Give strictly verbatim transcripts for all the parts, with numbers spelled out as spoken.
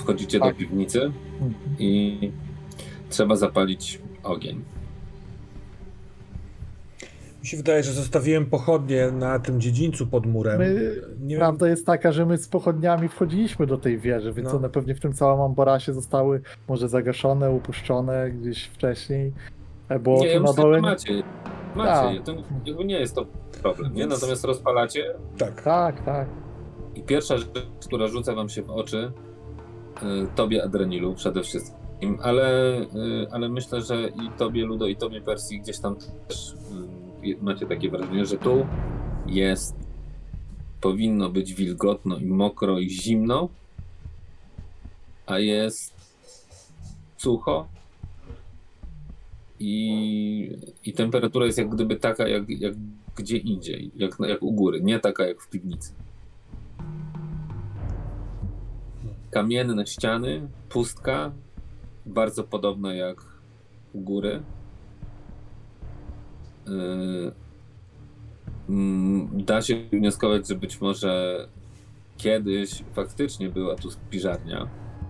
wchodzicie tak. do piwnicy mhm. i trzeba zapalić ogień. Mi się wydaje, że zostawiłem pochodnie na tym dziedzińcu pod murem. My, Nie prawda wiem. jest taka, że my z pochodniami wchodziliśmy do tej wieży, więc no. one pewnie w tym całym amborasie zostały może zagaszone, upuszczone gdzieś wcześniej. Bo nie, tu na dole... macie. Macie, to jakby nie jest to problem, nie? Natomiast rozpalacie. Tak, tak, tak. I pierwsza rzecz, która rzuca wam się w oczy, y, tobie Adrenilu przede wszystkim, ale, y, ale myślę, że i tobie Ludo, i tobie Persji gdzieś tam też y, macie takie wrażenie, że tu jest, powinno być wilgotno i mokro i zimno, a jest sucho i, i temperatura jest jak gdyby taka jak, jak gdzie indziej, jak, jak u góry, nie taka jak w piwnicy. Kamienne ściany, pustka, bardzo podobna jak u góry. Yy, da się wnioskować, że być może kiedyś faktycznie była tu spiżarnia.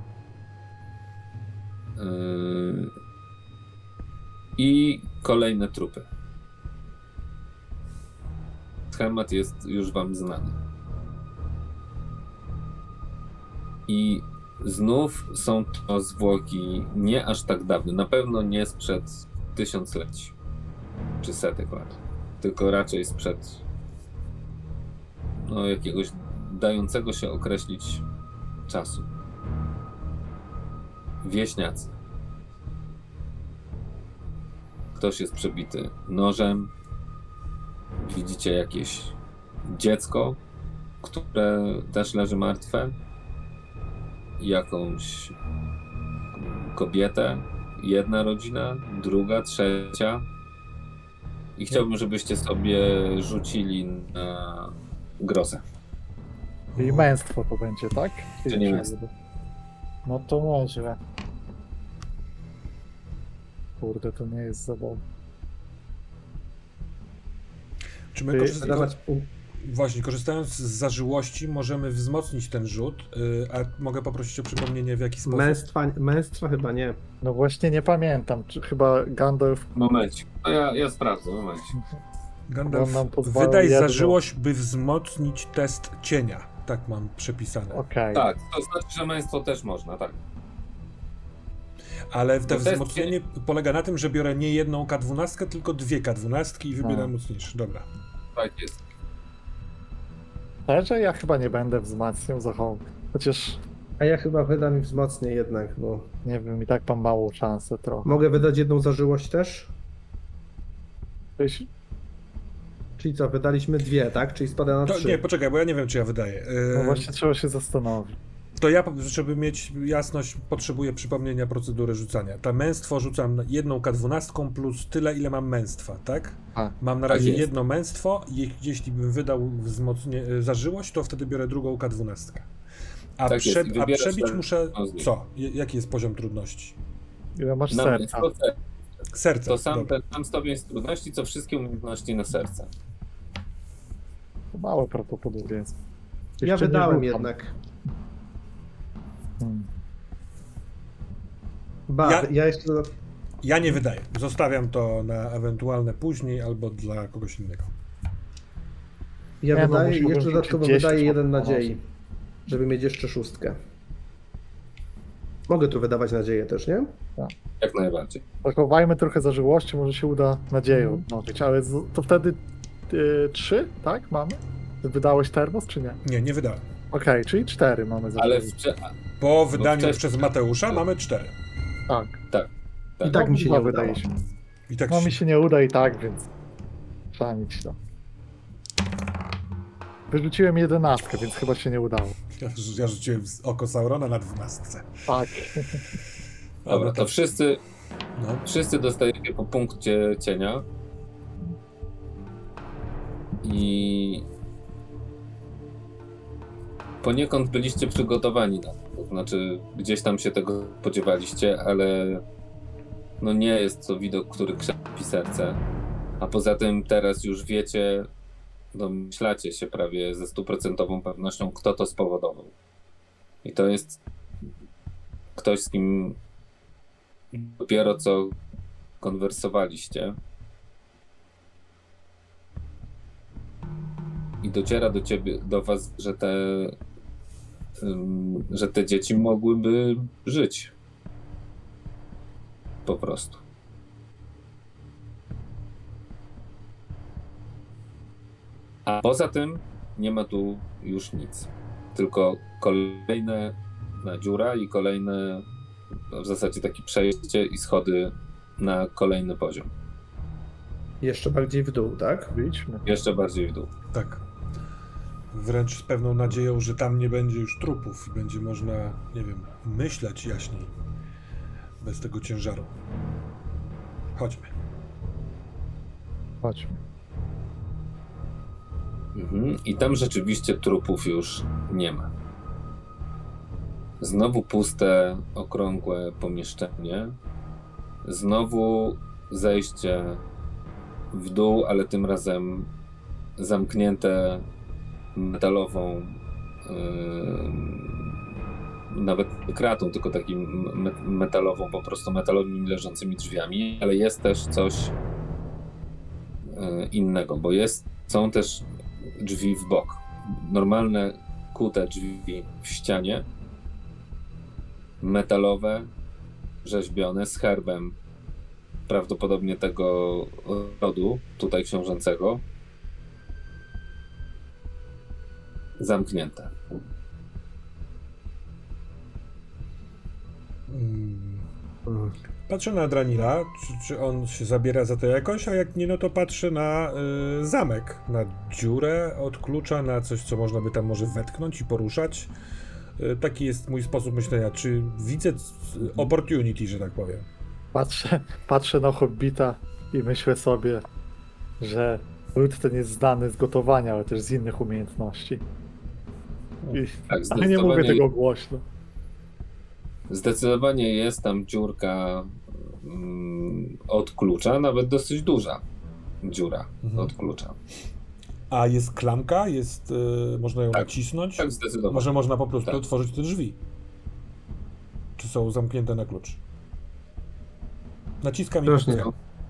Yy, I kolejne trupy. Schemat jest już wam znany. I znów są to zwłoki nie aż tak dawne, na pewno nie sprzed tysiącleci czy setek lat, tylko raczej sprzed no, jakiegoś dającego się określić czasu. Wieśniacy. Ktoś jest przebity nożem, widzicie jakieś dziecko, które też leży martwe, jakąś kobietę, jedna rodzina, druga, trzecia. I chciałbym, żebyście sobie rzucili na grozę. I męstwo to będzie, tak? Czy nie męstwo? No to może. Kurde, to nie jest zabawne. Czy my korzystając, właśnie, korzystając z zażyłości możemy wzmocnić ten rzut, yy, a mogę poprosić o przypomnienie w jaki sposób? Męstwa, męstwa chyba nie. No właśnie nie pamiętam, czy chyba Gandalf... Momencie, no ja, ja sprawdzę, momencie. Gandalf, wydaj jedno. zażyłość, by wzmocnić test cienia. Tak mam przepisane. Okay. Tak, to znaczy, że męstwo też można, tak. Ale to wzmocnienie test... polega na tym, że biorę nie jedną K dwanaście, tylko dwie K dwanaście i wybieram no. mocniejszy. Dobra. Tak jest. Szczerze, ja chyba nie będę wzmacniał zachował. Chociaż... A ja chyba wydam i wzmocnię jednak, bo... Nie wiem, i tak mam małą szansę trochę. Mogę wydać jedną zażyłość też? Tyś... Czyli co, wydaliśmy dwie, tak? Czyli spada na to, trzy. Nie, poczekaj, bo ja nie wiem, czy ja wydaję. Yy... No właśnie trzeba się zastanowić. To ja, żeby mieć jasność, potrzebuję przypomnienia procedury rzucania. Ta męstwo rzucam jedną K dwanaście plus tyle, ile mam męstwa, tak? A, mam na razie jedno męstwo i jeśli bym wydał wzmocnie, zażyłość, to wtedy biorę drugą K dwanaście. A, tak prze, a przebić ten... muszę... Co? Jaki jest poziom trudności? Ile masz na serca? Serce. To sam ten sam stopień trudności, co wszystkie umiejętności na serce. To małe prawdopodobieństwo. Ja wydałem jednak. Hmm. Ba, ja, ja jeszcze... Ja nie wydaję. Zostawiam to na ewentualne później albo dla kogoś innego. Ja nie, wydaję no, jeszcze dodatkowo wydaję jeden nadziei, żeby mieć jeszcze szóstkę. Mogę tu wydawać nadzieję też, nie? Tak. Jak najbardziej. Zachowajmy trochę zażyłości, może się uda nadzieją. No, ale to wtedy yy, trzy, tak? Mamy? Wydałeś termos, czy nie? Nie, nie wydałem. Okej, okay, czyli cztery mamy zażyłości. Ale w... Po wydaniu wcześniej... przez Mateusza mamy cztery. Tak. Tak. tak. I tak no, mi się nie udaje. I tak no się... mi się nie uda i tak, więc trzeba mieć to. Wyrzuciłem jedenastkę, więc chyba się nie udało. Ja, ja rzuciłem oko Saurona na dwunastce. Tak. Dobra, to wszyscy, no. wszyscy dostajecie po punkcie cienia. I poniekąd byliście przygotowani na to. To znaczy, gdzieś tam się tego spodziewaliście, ale no nie jest to widok, który krzepi serce. A poza tym teraz już wiecie, domyślacie się prawie ze stuprocentową pewnością, kto to spowodował. I to jest ktoś, z kim dopiero co konwersowaliście i dociera do ciebie, do was, że te, um, że te dzieci mogłyby żyć. Po prostu. A poza tym nie ma tu już nic. Tylko kolejne na dziura i kolejne w zasadzie takie przejście i schody na kolejny poziom. Jeszcze bardziej w dół, tak? Wyjdźmy. Jeszcze bardziej w dół. Tak. Wręcz z pewną nadzieją, że tam nie będzie już trupów i będzie można, nie wiem, myśleć jaśniej. Bez tego ciężaru. Chodźmy. Chodźmy. Mhm. I tam rzeczywiście trupów już nie ma. Znowu puste, okrągłe pomieszczenie. Znowu zejście w dół, ale tym razem zamknięte metalową, yy, nawet nie kratą, tylko takim me metalową, po prostu metalowymi leżącymi drzwiami, ale jest też coś yy, innego, bo jest, są też drzwi w bok. Normalne, kute drzwi w ścianie, metalowe, rzeźbione, z herbem prawdopodobnie tego rodu, tutaj książęcego, zamknięte. Patrzę na Adranila, czy, czy on się zabiera za to jakoś, a jak nie, no to patrzę na y, zamek, na dziurę od klucza, na coś, co można by tam może wetknąć i poruszać. Y, taki jest mój sposób myślenia. Czy widzę opportunity, że tak powiem? Patrzę, patrzę na Hobbita i myślę sobie, że lud ten jest znany z gotowania, ale też z innych umiejętności. I, Tak, ale nie mówię tego głośno. Zdecydowanie jest tam dziurka mm, od klucza, nawet dosyć duża dziura mhm. od klucza. A jest klamka? Jest, y, można ją tak, nacisnąć? Tak, zdecydowanie. Może można po prostu tak. otworzyć te drzwi? Czy są zamknięte na klucz? Naciskam i naciskam.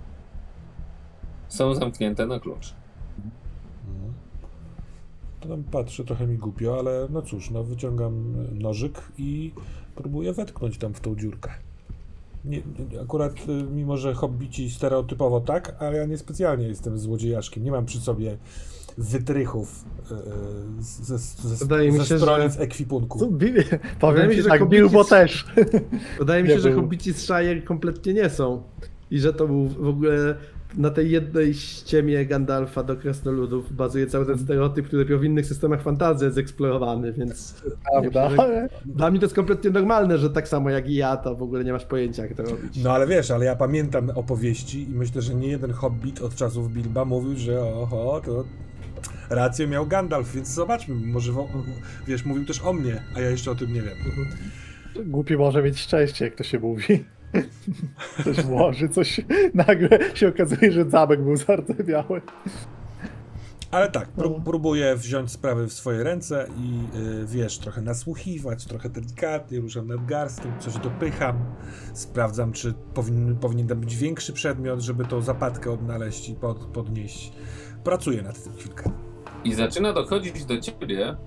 Są zamknięte na klucz. Mhm. To tam patrzę, trochę mi głupio, ale no cóż, no wyciągam nożyk i próbuję wetknąć tam w tą dziurkę. Nie, akurat mimo, że hobbici stereotypowo tak, ale ja niespecjalnie jestem złodziejaszkiem. Nie mam przy sobie wytrychów yy, ze, ze, Wydaje ze mi się, stronic że... ekwipunku. Co, Billy, powiem mi ci się, tak, hobbici... Bilbo też. Wydaje mi Nie się, że był. hobbici z Shire kompletnie nie są. I że to był w ogóle na tej jednej ściemie Gandalfa do krasnoludów bazuje cały ten stereotyp, który dopiero w innych systemach fantasy jest eksplorowany, więc Prawda? Że... dla mnie to jest kompletnie normalne, że tak samo jak i ja, to w ogóle nie masz pojęcia, jak to robić. No ale wiesz, ale ja pamiętam opowieści i myślę, że nie jeden hobbit od czasów Bilba mówił, że oho, to rację miał Gandalf, więc zobaczmy, może wiesz, mówił też o mnie, a ja jeszcze o tym nie wiem. Głupi może mieć szczęście, jak to się mówi. Coś włoży, coś nagle się okazuje, że zamek był zardzewiały. Ale tak, pró próbuję wziąć sprawy w swoje ręce i yy, wiesz, trochę nasłuchiwać, trochę delikatnie, ruszam nadgarstkiem, coś dopycham, sprawdzam, czy powinien, powinien tam być większy przedmiot, żeby tą zapadkę odnaleźć i pod, podnieść. Pracuję nad tym chwilkę. I zaczyna dochodzić do ciebie,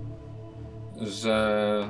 że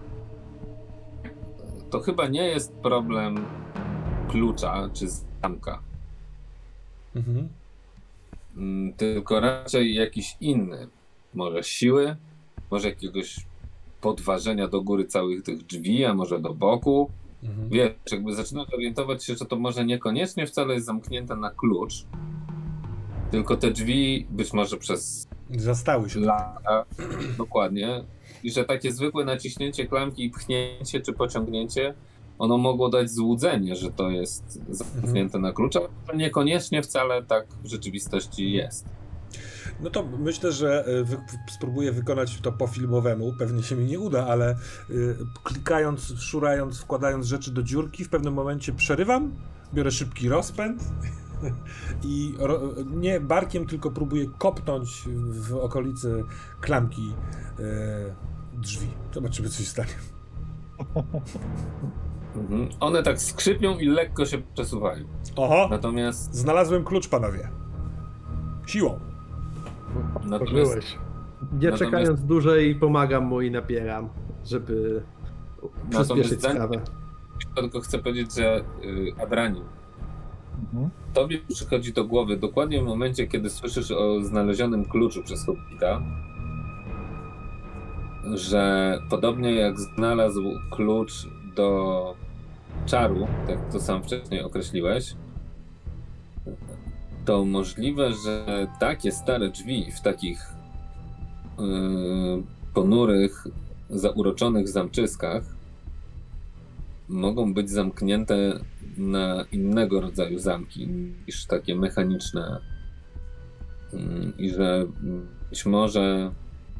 to chyba nie jest problem klucza czy zamka. Mhm. Tylko raczej jakiś inny. Może siły, może jakiegoś podważenia do góry całych tych drzwi, a może do boku. Mhm. Wiesz, jakby zaczynasz orientować się, że to może niekoniecznie wcale jest zamknięte na klucz, tylko te drzwi być może przez zastały się lata, dokładnie, i że takie zwykłe naciśnięcie klamki i pchnięcie czy pociągnięcie, ono mogło dać złudzenie, że to jest zamknięte mhm. na klucz, a niekoniecznie wcale tak w rzeczywistości jest. No to myślę, że wy, spróbuję wykonać to po filmowemu, pewnie się mi nie uda, ale y, klikając, szurając, wkładając rzeczy do dziurki, w pewnym momencie przerywam, biorę szybki rozpęd i ro, nie barkiem, tylko próbuję kopnąć w okolicy klamki y, drzwi. Zobaczymy, co się stanie. Mhm. One tak skrzypią i lekko się przesuwają. Oho, Natomiast, znalazłem klucz, panowie. Siłą. natomiast Otworzyłeś. Nie Natomiast- czekając dłużej, pomagam mu i napieram, żeby przyspieszyć zanim- sprawę. tylko chcę powiedzieć, że y, Adrani, Mhm. tobie przychodzi do głowy dokładnie w momencie, kiedy słyszysz o znalezionym kluczu przez Hobbita, że podobnie jak znalazł klucz do czaru, tak to sam wcześniej określiłeś, to możliwe, że takie stare drzwi w takich yy, ponurych, zauroczonych zamczyskach mogą być zamknięte na innego rodzaju zamki niż takie mechaniczne yy, i że być może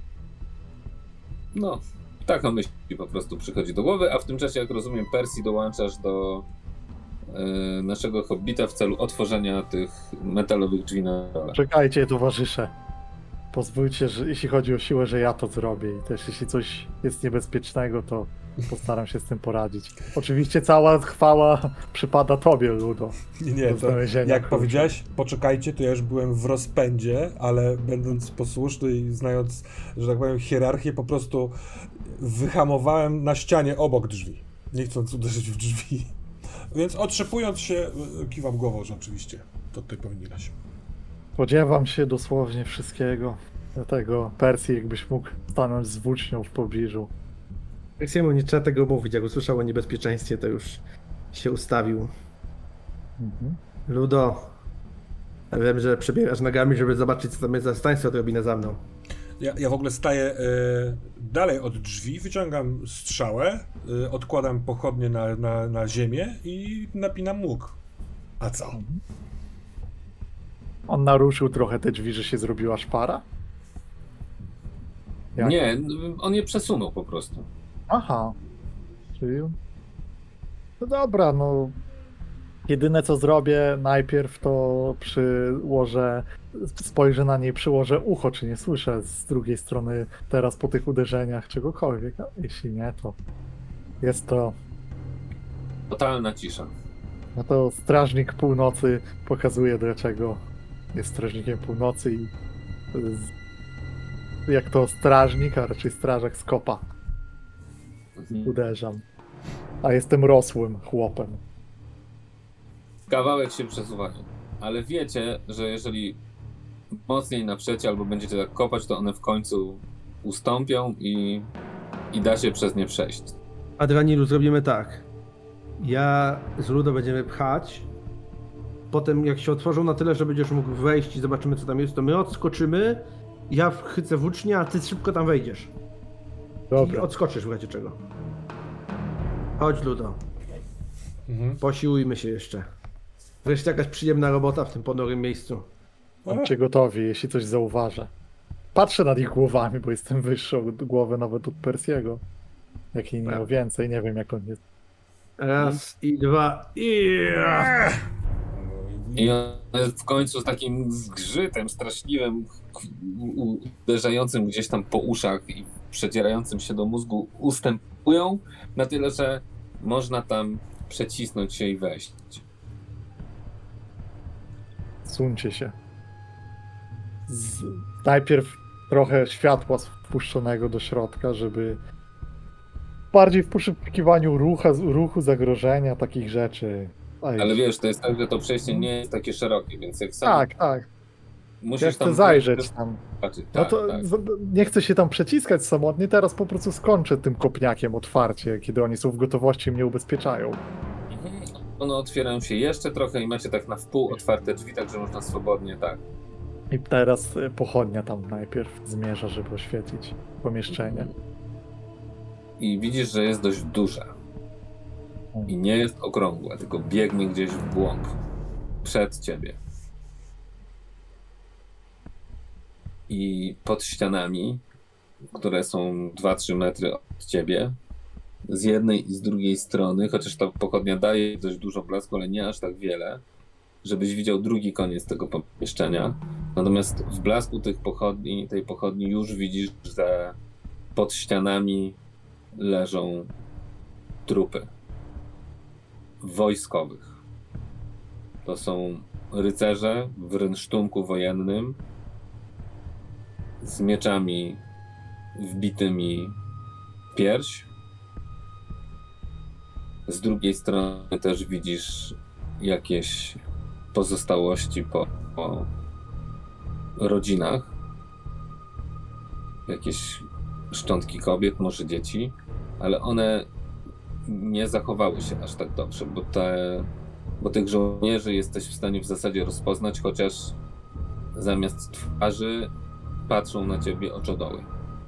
no, taka myśl po prostu przychodzi do głowy, a w tym czasie, jak rozumiem, Persji dołączasz do yy, naszego hobbita w celu otworzenia tych metalowych drzwi na dole. Czekajcie, towarzysze. Pozwólcie, że jeśli chodzi o siłę, że ja to zrobię i też jeśli coś jest niebezpiecznego, to postaram się z tym poradzić. Oczywiście cała chwała przypada tobie, Ludo. Nie, nie, Do to znalezienia jak klucza. powiedziałeś, poczekajcie, to ja już byłem w rozpędzie, ale będąc posłuszny i znając, że tak powiem, hierarchię, po prostu wyhamowałem na ścianie obok drzwi, nie chcąc uderzyć w drzwi. Więc otrzepując się, kiwam głową, że oczywiście to tutaj powinieneś. Spodziewam się dosłownie wszystkiego. Dlatego Persji, jakbyś mógł stanąć z włócznią w pobliżu. Persiemu nie trzeba tego mówić, jak usłyszał o niebezpieczeństwie, to już się ustawił. Mhm. Ludo, ja wiem, że przebierasz nogami, żeby zobaczyć, co tam jest za stańce odrobinę za mną. Ja, ja w ogóle staję e, dalej od drzwi, wyciągam strzałę, e, odkładam pochodnie na, na, na ziemię i napinam łuk. A co? On naruszył trochę te drzwi, że się zrobiła szpara? Jak? Nie, on je przesunął po prostu. Aha. Czyli... No dobra, no... Jedyne co zrobię najpierw to przyłożę, spojrzę na niej, przyłożę ucho, czy nie słyszę z drugiej strony teraz po tych uderzeniach czegokolwiek. A jeśli nie, to jest to... Totalna cisza. No to Strażnik Północy pokazuje, dlaczego jest Strażnikiem Północy i z... jak to strażnik, a raczej strażak z kopa Mhm. uderzam. A jestem rosłym chłopem. Kawałek się przesuwają, ale wiecie, że jeżeli mocniej naprzecie albo będziecie tak kopać, to one w końcu ustąpią i, i da się przez nie przejść. Adranilu, zrobimy tak. Ja z Ludo będziemy pchać. Potem jak się otworzą na tyle, że będziesz mógł wejść i zobaczymy, co tam jest, to my odskoczymy. Ja chycę włócznię, a ty szybko tam wejdziesz. I Dobra. odskoczysz w razie czego. Chodź, Ludo. Mhm. Posiłujmy się jeszcze. Wreszcie jakaś przyjemna robota w tym ponurym miejscu. Bądźcie gotowi, jeśli coś zauważę. Patrzę nad ich głowami, bo jestem wyższy od głowy nawet od Persiego. Jak i nie o więcej, nie wiem jak on jest. Raz i dwa i... I one w końcu z takim zgrzytem straszliwym, u- uderzającym gdzieś tam po uszach i przedzierającym się do mózgu ustępują na tyle, że można tam przecisnąć się i wejść. Suńcie się. Z... Najpierw trochę światła wpuszczonego do środka, żeby bardziej w poszukiwaniu rucha, ruchu, zagrożenia, takich rzeczy. Aj. Ale wiesz, to jest tak, że to przejście nie jest takie szerokie, więc jak sam Tak, tak. musisz Ja chcę tam zajrzeć tam. zobaczyć. No Tak, to tak. z- nie chcę się tam przeciskać samotnie, teraz po prostu skończę tym kopniakiem otwarcie, kiedy oni są w gotowości i mnie ubezpieczają. Mhm. One otwierają się jeszcze trochę i macie tak na wpół otwarte drzwi, tak że można swobodnie, tak. I teraz y, pochodnia tam najpierw zmierza, żeby oświetlić pomieszczenie. I widzisz, że jest dość duże. I nie jest okrągłe, tylko biegnie gdzieś w głąb. Przed ciebie. I pod ścianami, które są dwa trzy metry od ciebie, z jednej i z drugiej strony, chociaż ta pochodnia daje dość dużo blasku, ale nie aż tak wiele, żebyś widział drugi koniec tego pomieszczenia. Natomiast w blasku tych pochodni, tej pochodni już widzisz, że pod ścianami leżą trupy wojskowych. To są rycerze w rynsztunku wojennym z mieczami wbitymi w pierś. Z drugiej strony też widzisz jakieś pozostałości po, po rodzinach. Jakieś szczątki kobiet, może dzieci, ale one nie zachowały się aż tak dobrze, bo, te, bo tych żołnierzy jesteś w stanie w zasadzie rozpoznać, chociaż zamiast twarzy patrzą na ciebie oczodoły.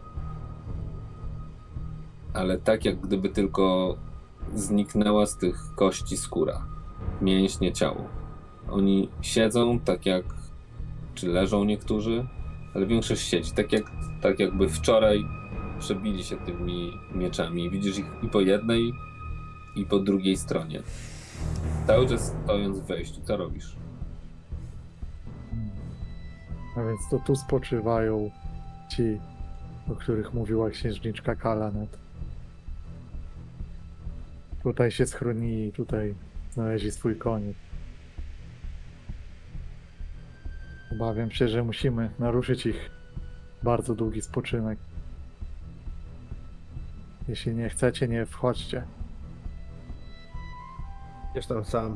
Ale tak jak gdyby tylko zniknęła z tych kości skóra, mięśnie, ciało. Oni siedzą tak jak, czy leżą niektórzy, ale większość siedzi, tak, jak, tak jakby wczoraj przebili się tymi mieczami. Widzisz ich i po jednej, i po drugiej stronie. Cały czas stojąc w wejściu. Co robisz? A więc to tu spoczywają ci, o których mówiła księżniczka Kalanet. Tutaj się schronili, tutaj znaleźli swój koniec. Obawiam się, że musimy naruszyć ich bardzo długi spoczynek. Jeśli nie chcecie, nie wchodźcie. Wiesz tam sam.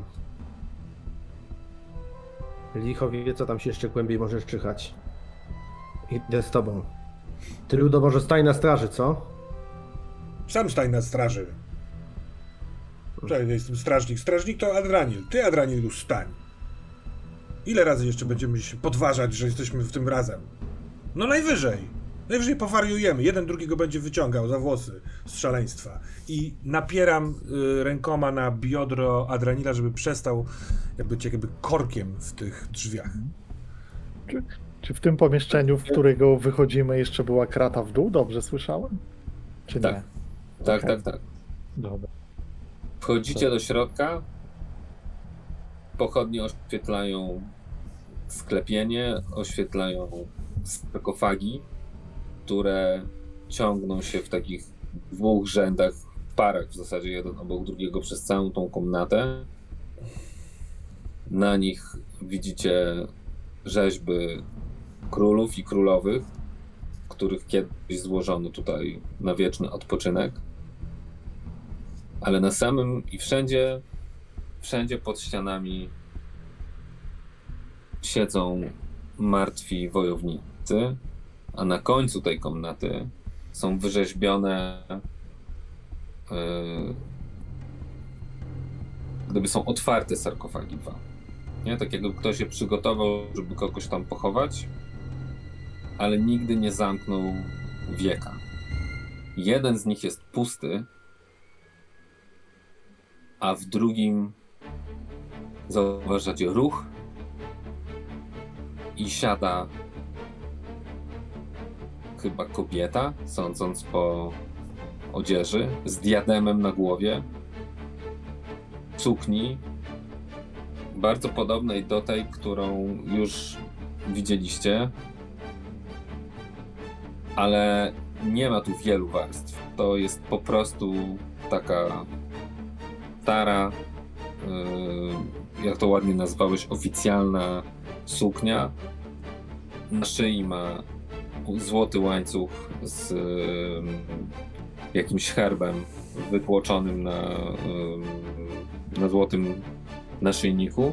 Licho wie, co tam się jeszcze głębiej możesz czyhać. Idę z tobą. Ty, Ludo, może stań na straży, co? Sam stań na straży. Czekaj, jestem strażnik. Strażnik to Adranil. Ty, Adranil, już stań. Ile razy jeszcze będziemy się podważać, że jesteśmy w tym razem? No najwyżej. Najwyżej powariujemy. Jeden drugiego będzie wyciągał za włosy z szaleństwa. I napieram y, rękoma na biodro Adranila, żeby przestał jakby, jakby korkiem w tych drzwiach. Czy, czy w tym pomieszczeniu, w którego wychodzimy, jeszcze była krata w dół? Dobrze słyszałem? Czy Tak. nie? Tak, Okay. tak, tak. Dobra. Wchodzicie do środka. Pochodnie oświetlają sklepienie, oświetlają sarkofagi, które ciągną się w takich dwóch rzędach, w parach w zasadzie, jeden obok drugiego przez całą tą komnatę. Na nich widzicie rzeźby królów i królowych, których kiedyś złożono tutaj na wieczny odpoczynek. Ale na samym i wszędzie, wszędzie pod ścianami siedzą martwi wojownicy, a na końcu tej komnaty są wyrzeźbione, yy, gdyby są otwarte sarkofagi dwa. Nie? Tak jakby ktoś się przygotował, żeby kogoś tam pochować, ale nigdy nie zamknął wieka. Jeden z nich jest pusty, a w drugim zauważacie ruch i siada chyba kobieta, sądząc po odzieży, z diademem na głowie, sukni, bardzo podobnej do tej, którą już widzieliście, ale nie ma tu wielu warstw. To jest po prostu taka stara, yy, jak to ładnie nazwałeś, oficjalna suknia. Na szyi ma złoty łańcuch z yy, jakimś herbem wytłoczonym na, yy, na złotym naszyjniku.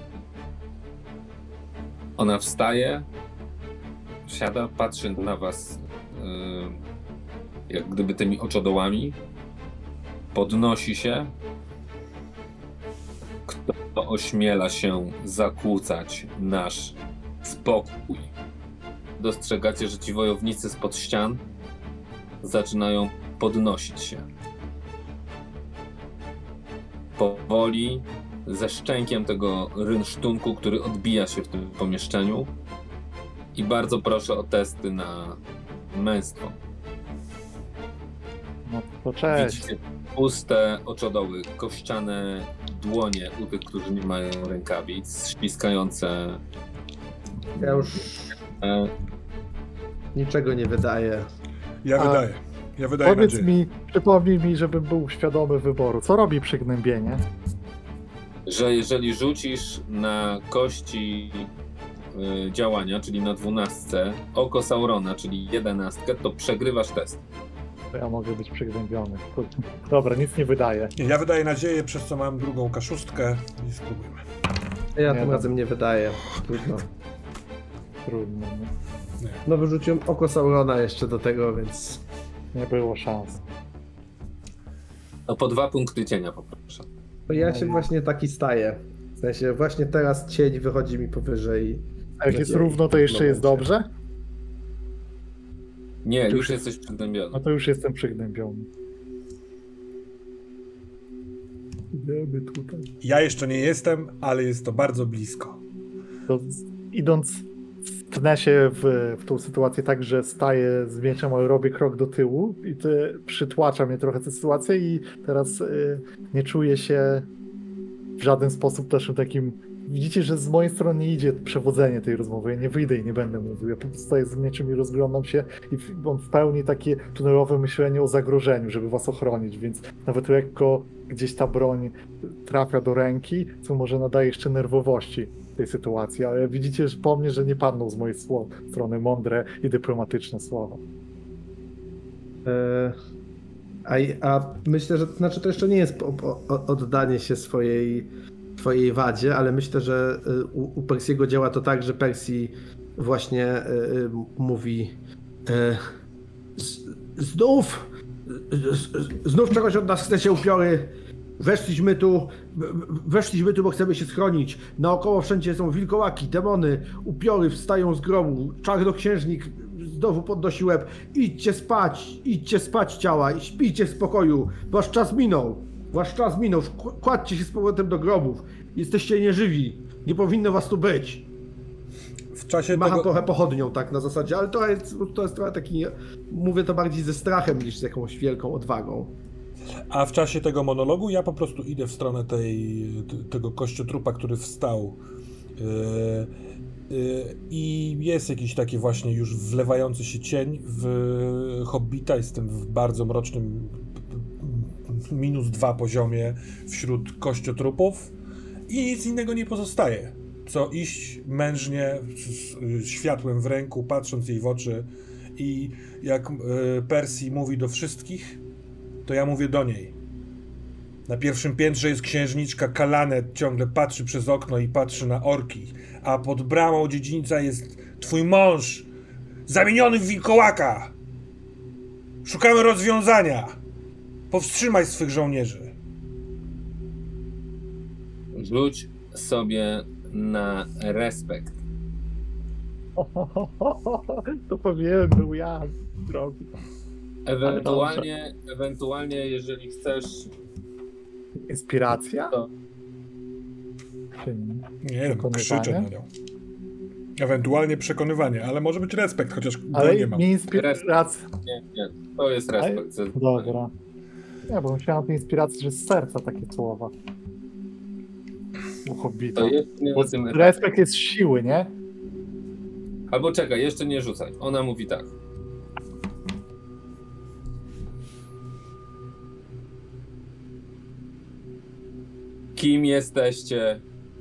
Ona wstaje, siada, patrzy na was yy, jak gdyby tymi oczodołami, podnosi się. Kto ośmiela się zakłócać nasz spokój? Dostrzegacie, że ci wojownicy spod ścian zaczynają podnosić się. Powoli, ze szczękiem tego rynsztunku, który odbija się w tym pomieszczeniu. I bardzo proszę o testy na męstwo. No to cześć. Widzicie puste oczodoły, kościane dłonie u tych, którzy nie mają rękawic, ściskające. Ja już e, niczego nie wydaję. Ja A- wydaję. Ja wydaję Powiedz nadzieję. mi, przypomnij mi, żebym był świadomy wyboru. Co robi przygnębienie? Że jeżeli rzucisz na kości y, działania, czyli na dwunastce, oko Saurona, czyli jedenastkę, to przegrywasz test. To ja mogę być przygnębiony. To... Dobra, nic nie wydaje. Ja wydaję nadzieję, przez co mam drugą kaszustkę i spróbujmy. Ja Nie tym no. razem nie wydaję. Trudno. Trudno. Nie, No wyrzuciłem oko Saurona jeszcze do tego, więc... nie było szans. No po dwa punkty cienia poproszę. To ja się właśnie taki staję. W sensie właśnie teraz cień wychodzi mi powyżej. A jak jest nadziei równo, to w jeszcze tym jest momencie. dobrze? Nie, To już już- jesteś przygnębiony. No to już jestem przygnębiony. Idziemy tutaj. Ja jeszcze nie jestem, ale jest to bardzo blisko. To z- idąc, tnę się w, w tą sytuację tak, że staję z mieczem, ale robię krok do tyłu i to przytłacza mnie trochę ta sytuacja i teraz y, nie czuję się w żaden sposób też takim... Widzicie, że z mojej strony nie idzie przewodzenie tej rozmowy. Ja nie wyjdę i nie będę mówił. Ja po prostu stoję z mieczem i rozglądam się i w- mam w pełni takie tunelowe myślenie o zagrożeniu, żeby was ochronić, więc nawet lekko gdzieś ta broń trafia do ręki, co może nadaje jeszcze nerwowości tej sytuacji, ale widzicie że po mnie, że nie padną z mojej sło- strony mądre i dyplomatyczne słowa. E, a, a myślę, że znaczy to jeszcze nie jest po, po, oddanie się swojej, swojej wadzie, ale myślę, że u, u Persiego działa to tak, że Persi właśnie e, mówi e, z, znów z, znów czegoś od nas chcecie, upiory. Weszliśmy tu, weszliśmy tu, bo chcemy się schronić. Naokoło wszędzie są wilkołaki, demony, upiory wstają z grobu. Czarnoksiężnik znowu podnosi łeb. Idźcie spać, idźcie spać ciała i śpijcie w spokoju. Wasz czas minął, wasz czas minął. Kładźcie się z powrotem do grobów. Jesteście nieżywi, nie powinno was tu być. W czasie Macham tego... trochę pochodnią tak na zasadzie, ale to jest, to jest trochę taki, mówię to bardziej ze strachem niż z jakąś wielką odwagą. A w czasie tego monologu ja po prostu idę w stronę tej, t- tego kościotrupa, który wstał. Yy, yy, I jest jakiś taki właśnie już wlewający się cień w Hobbita. Jestem w bardzo mrocznym p- p- minus dwa poziomie wśród kościotrupów i nic innego nie pozostaje, co iść mężnie z, z światłem w ręku, patrząc jej w oczy i jak yy, Percy mówi do wszystkich, to ja mówię do niej. Na pierwszym piętrze jest księżniczka Kalanet, ciągle patrzy przez okno i patrzy na orki, a pod bramą dziedzińca jest twój mąż, zamieniony w wilkołaka. Szukamy rozwiązania. Powstrzymaj swych żołnierzy. Rzuć sobie na respekt. To powinienem był ja zrobić. Ewentualnie, ewentualnie jeżeli chcesz, Inspiracja? to Czy nie? Nie wiem, Przekonywanie? krzyczę na nią. Ewentualnie przekonywanie, ale może być respekt, chociaż go Ale nie mam. mi inspiracja... nie, nie, to jest respekt. Dobra. Nie, bo myślałem o tej inspiracji, że z serca takie słowa. U Hobbita. To jeszcze nie Bo na tym etapie. respekt jest z siły, nie? Albo czekaj, jeszcze nie rzucaj. Ona mówi tak. Kim jesteście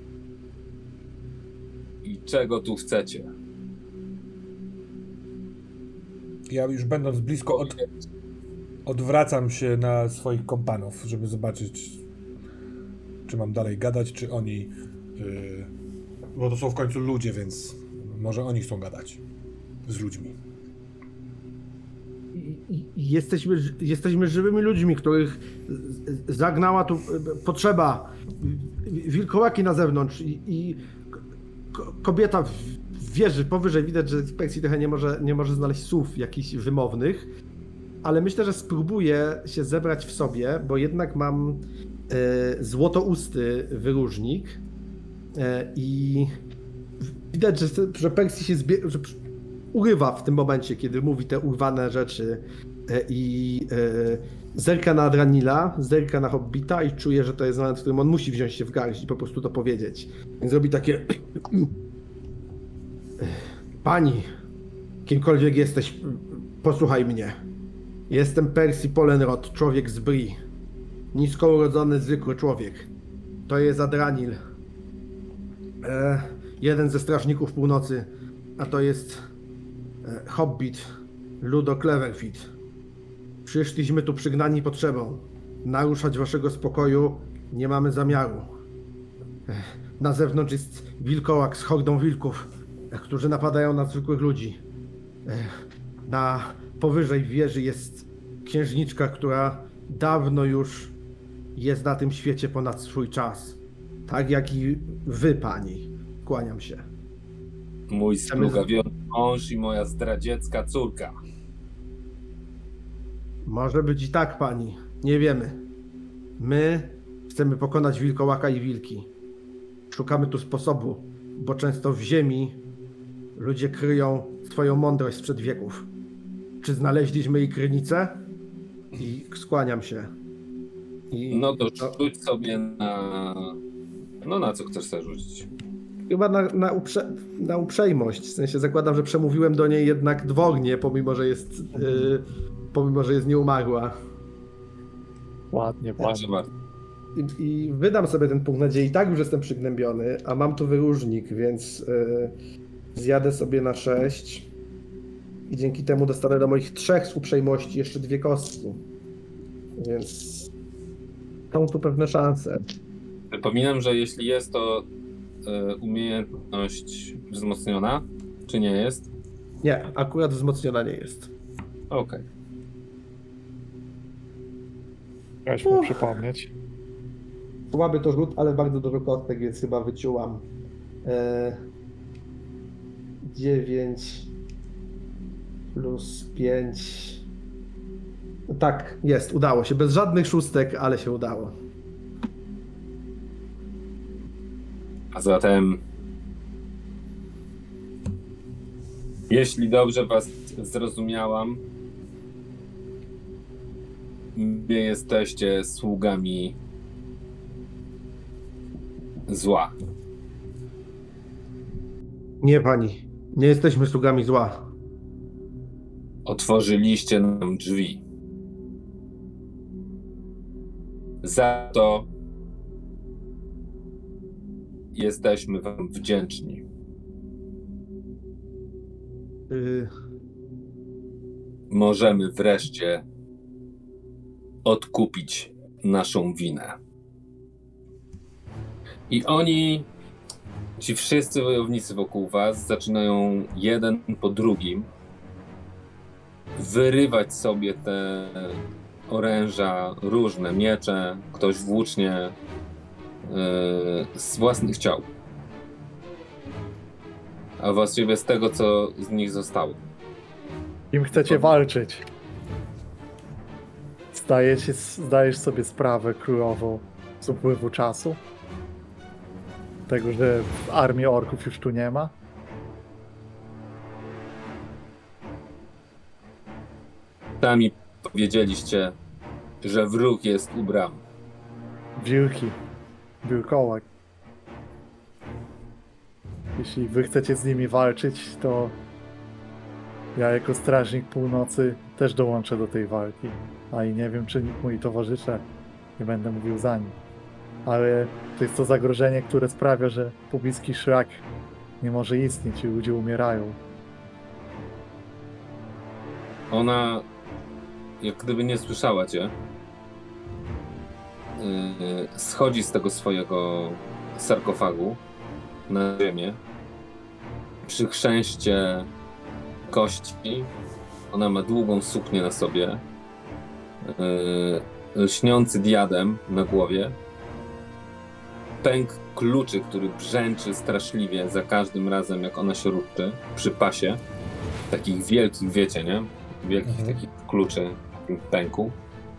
i czego tu chcecie? Ja już będąc blisko od, odwracam się na swoich kompanów, żeby zobaczyć, czy mam dalej gadać, czy oni... Yy, bo to są w końcu ludzie, więc może oni chcą gadać z ludźmi. I- i- Jesteśmy, jesteśmy żywymi ludźmi, których z- zagnała tu potrzeba. Wilkołaki na zewnątrz i, i ko- kobieta w w wieży powyżej. Widać, że Percy trochę nie może, nie może znaleźć słów jakichś wymownych, ale myślę, że spróbuję się zebrać w sobie, bo jednak mam e, złotousty wyróżnik e, i widać, że, że Percy się zbie- że urywa w tym momencie, kiedy mówi te urwane rzeczy e, i e, zerka na Adranila, zerka na Hobbita i czuje, że to jest moment, w którym on musi wziąć się w garść i po prostu to powiedzieć. Więc robi takie... Pani, kimkolwiek jesteś, posłuchaj mnie. Jestem Percy Polenrod, człowiek z Bree. Nisko urodzony, zwykły człowiek. To jest Adranil. E, jeden ze strażników północy, a to jest e, Hobbit, Ludo Cleverfeet. Przyszliśmy tu przygnani potrzebą. Naruszać waszego spokoju nie mamy zamiaru. E, na zewnątrz jest wilkołak z hordą wilków, e, którzy napadają na zwykłych ludzi. E, na powyżej wieży jest księżniczka, która dawno już jest na tym świecie ponad swój czas. Tak jak i wy, pani. Kłaniam się. Mój splugawiony mąż i moja zdradziecka córka. Może być i tak, pani. Nie wiemy. My chcemy pokonać wilkołaka i wilki. Szukamy tu sposobu, bo często w ziemi ludzie kryją swoją mądrość sprzed wieków. Czy znaleźliśmy jej krynicę? I skłaniam się. I No to rzuć sobie na... No na co chcesz sobie rzucić? Chyba na, na, uprze... na uprzejmość. W sensie zakładam, że przemówiłem do niej jednak dwornie, pomimo że jest, yy, pomimo, że jest nieumarła. Ładnie, Proszę ładnie. bardzo. I, I wydam sobie ten punkt nadziei. I tak już jestem przygnębiony, a mam tu wyróżnik, więc yy, zjadę sobie na sześć. I dzięki temu dostanę do moich trzech z uprzejmości jeszcze dwie kostki. Więc są tu pewne szanse. Przypominam, że jeśli jest to y, umiejętność wzmocniona, czy nie jest? Nie, akurat wzmocniona nie jest. Okej. Weź mu przypomnieć. Słaby to rzut, ale bardzo dużo kostek, więc chyba wyciułam. E... dziewięć plus pięć. Tak, jest, udało się. Bez żadnych szóstek, ale się udało. A zatem, jeśli dobrze was zrozumiałam, nie jesteście sługami zła. Nie, pani. Nie jesteśmy sługami zła. Otworzyliście nam drzwi. Za to jesteśmy wam wdzięczni. Yy, Możemy wreszcie odkupić naszą winę. I oni, ci wszyscy wojownicy wokół was, zaczynają jeden po drugim wyrywać sobie te oręża, różne miecze, ktoś włócznie yy, z własnych ciał. A właściwie z tego, co z nich zostało. Kim chcecie walczyć? Zdajecie, zdajesz sobie sprawę królowo z upływu czasu? Tego, że w armii orków już tu nie ma? Sami powiedzieliście, że wróg jest u bram. Wilki. Wilkołak. Jeśli wy chcecie z nimi walczyć, to ja jako strażnik północy też dołączę do tej walki. A i nie wiem, czy moi towarzysze, nie będę mówił za nim. Ale to jest to zagrożenie, które sprawia, że pobliski szlak nie może istnieć i ludzie umierają. Ona, jak gdyby nie słyszała cię, yy, schodzi z tego swojego sarkofagu na ziemię. Przy chrzęście kości ona ma długą suknię na sobie, yy, lśniący diadem na głowie, pęk kluczy, który brzęczy straszliwie za każdym razem, jak ona się ruszy przy pasie. Takich wielkich, wiecie, nie? Wielkich Mhm. takich kluczy w tym pęku.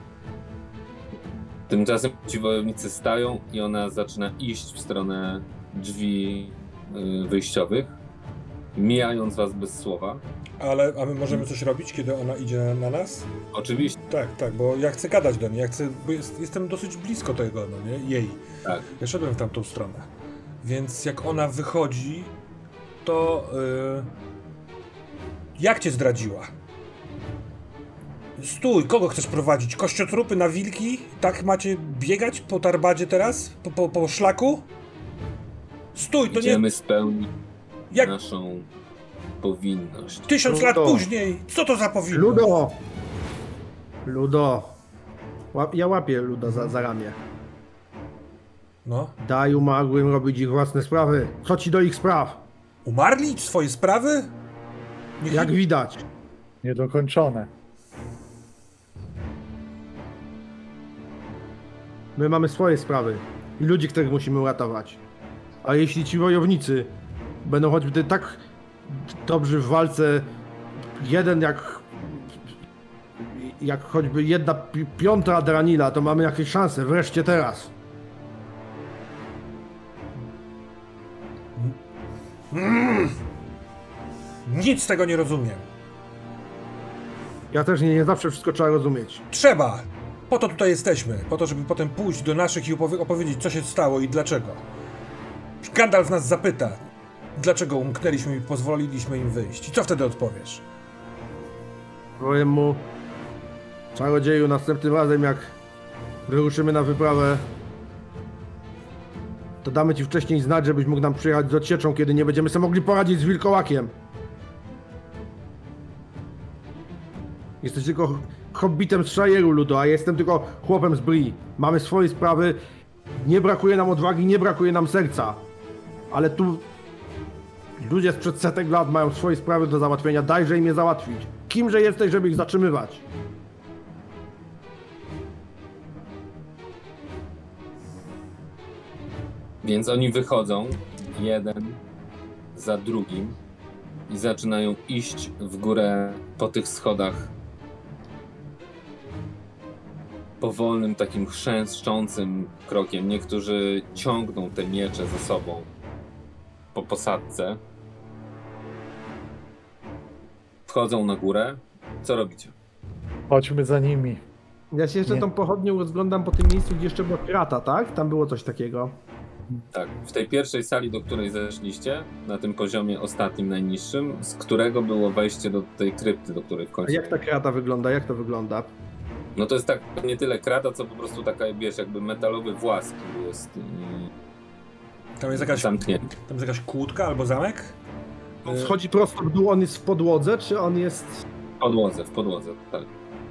Tymczasem ci wojownicy stają i ona zaczyna iść w stronę drzwi yy, wyjściowych, mijając was bez słowa. Ale a my możemy coś robić, kiedy ona idzie na nas? Oczywiście, Tak, tak, bo ja chcę gadać do niej, ja chcę, bo jest, jestem dosyć blisko tego, no nie? Jej. tak. Ja szedłem w tamtą stronę. Więc jak ona wychodzi, to yy, jak cię zdradziła? Stój, kogo chcesz prowadzić? Kościotrupy na wilki? Tak macie biegać po Tarbadzie teraz? Po, po, po szlaku? Stój, to Idziemy nie... spełnić Jak naszą powinność. tysiąc lat Ludo. później? Co to za powinność? Ludo! Ludo! Łap, ja łapię Luda za, za ramię. No. Daj umarłym robić ich własne sprawy. Co ci do ich spraw? Umarli? Swoje sprawy? Niech Jak widać. Niedokończone. My mamy swoje sprawy i ludzi, których musimy uratować. A jeśli ci wojownicy będą choćby tak dobrzy w walce, jeden jak jak choćby jedna pi- piąta Adranila, to mamy jakieś szanse, wreszcie teraz. Mm. Nic z tego nie rozumiem. Ja też nie, nie zawsze wszystko trzeba rozumieć. Trzeba! Po to tutaj jesteśmy. Po to, żeby potem pójść do naszych i opowie- opowiedzieć, co się stało i dlaczego. Gandalf nas zapyta, dlaczego umknęliśmy i pozwoliliśmy im wyjść. I co wtedy odpowiesz? Powiem mu, czarodzieju, następnym razem jak wyruszymy na wyprawę, to damy ci wcześniej znać, żebyś mógł nam przyjechać z odsieczą, kiedy nie będziemy sobie mogli poradzić z wilkołakiem. Jesteś tylko hobbitem z Shire'u, Ludo, a ja jestem tylko chłopem z Bree. Mamy swoje sprawy, nie brakuje nam odwagi, nie brakuje nam serca. Ale tu ludzie sprzed setek lat mają swoje sprawy do załatwienia, dajże im je załatwić. Kimże jesteś, żeby ich zatrzymywać? Więc oni wychodzą jeden za drugim i zaczynają iść w górę po tych schodach powolnym, takim chrzęszczącym krokiem. Niektórzy ciągną te miecze ze sobą po posadce. Wchodzą na górę. Co robicie? Chodźmy za nimi. Ja się jeszcze Nie. tą pochodnią rozglądam po tym miejscu, gdzie jeszcze była krata, tak? Tam było coś takiego. Tak, w tej pierwszej sali, do której zeszliście, na tym poziomie ostatnim, najniższym, z którego było wejście do tej krypty, do której w A końcu... jak ta krata wygląda? Jak to wygląda? No to jest tak nie tyle krata, co po prostu taka, wiesz, jakby metalowy włas, który jest mm, Tam jest jakaś, tam zamknięty. jest jakaś kłódka albo zamek? On schodzi prosto w dół, on jest w podłodze, czy on jest... W podłodze, w podłodze, tak.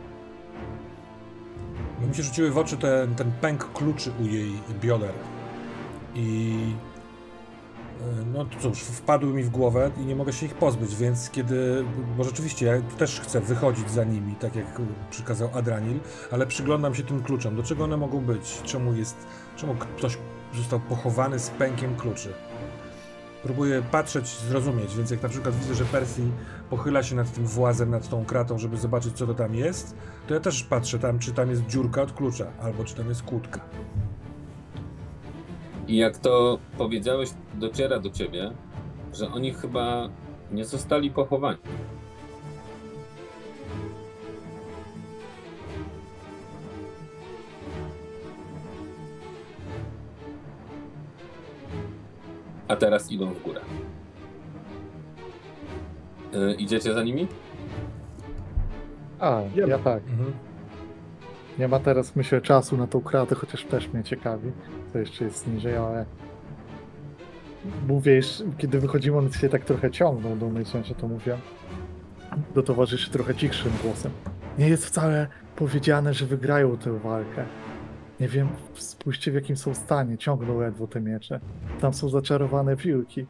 No mi się rzuciły w oczy ten, ten pęk kluczy u jej bioder. I no cóż, wpadły mi w głowę i nie mogę się ich pozbyć, więc kiedy, bo rzeczywiście ja też chcę wychodzić za nimi, tak jak przykazał Adranil, ale przyglądam się tym kluczom, do czego one mogą być, czemu jest, czemu ktoś został pochowany z pękiem kluczy. Próbuję patrzeć, zrozumieć, więc jak na przykład widzę, że Percy pochyla się nad tym włazem, nad tą kratą, żeby zobaczyć, co to tam jest, to ja też patrzę tam, czy tam jest dziurka od klucza, albo czy tam jest kłódka. I jak to powiedziałeś, dociera do ciebie, że oni chyba nie zostali pochowani. A teraz idą w górę. Yy, idziecie za nimi? A, ja tak. Mhm. Nie ma teraz, myślę, czasu na tą kratę, chociaż też mnie ciekawi, co jeszcze jest niżej, ale mówię, jeszcze, kiedy wychodzimy, one się tak trochę ciągną do mnie, w sensie to mówię, do towarzyszy trochę cichszym głosem. Nie jest wcale powiedziane, że wygrają tę walkę. Nie wiem, spójrzcie w jakim są stanie, ciągną ledwo te miecze. Tam są zaczarowane wilki.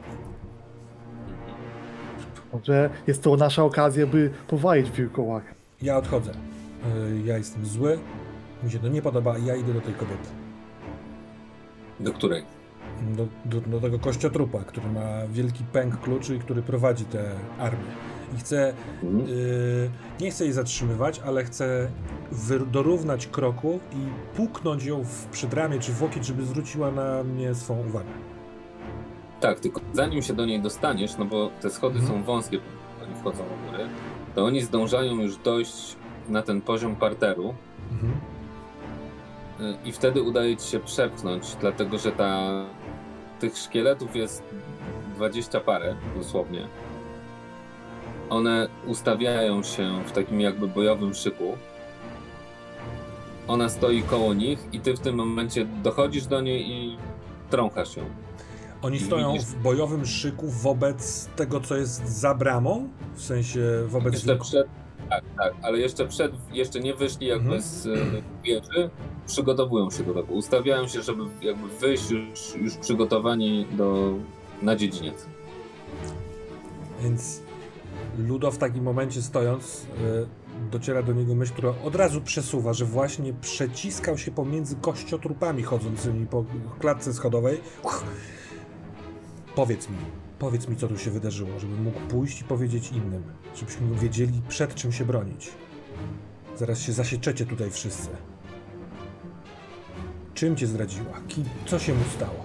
Może jest to nasza okazja, by powalić wilkołaka. Ja odchodzę. Yy, Ja jestem zły, mi się to nie podoba, ja idę do tej kobiety. Do której? Do, do, do tego kościotrupa, który ma wielki pęk kluczy i który prowadzi tę armię. I chcę, Mhm. yy, nie chcę jej zatrzymywać, ale chcę wy, dorównać kroku i puknąć ją w przedramię czy w łokieć, żeby zwróciła na mnie swą uwagę. Tak, tylko zanim się do niej dostaniesz, no bo te schody Mhm. są wąskie, oni wchodzą do góry, to oni zdążają już dojść na ten poziom parteru Mhm. y, i wtedy udaje ci się przepchnąć, dlatego że ta, tych szkieletów jest dwadzieścia parę dosłownie. one ustawiają się w takim jakby bojowym szyku. Ona stoi koło nich i ty w tym momencie dochodzisz do niej i trąchasz ją. Oni I stoją widzisz... w bojowym szyku wobec tego, co jest za bramą? W sensie wobec... Jeszcze przed... Tak, tak, ale jeszcze przed, jeszcze nie wyszli jakby mhm. z wieży, przygotowują się do tego, ustawiają się, żeby jakby wyjść już, już przygotowani do, na dziedziniec. Więc Ludo w takim momencie stojąc, yy, dociera do niego myśl, która od razu przesuwa, że właśnie przeciskał się pomiędzy kościotrupami chodzącymi po klatce schodowej. Uch. Powiedz mi, powiedz mi, co tu się wydarzyło, żebym mógł pójść i powiedzieć innym, żebyśmy wiedzieli, przed czym się bronić. Zaraz się zasieczecie tutaj wszyscy. Czym cię zdradziła? Kim, co się mu stało?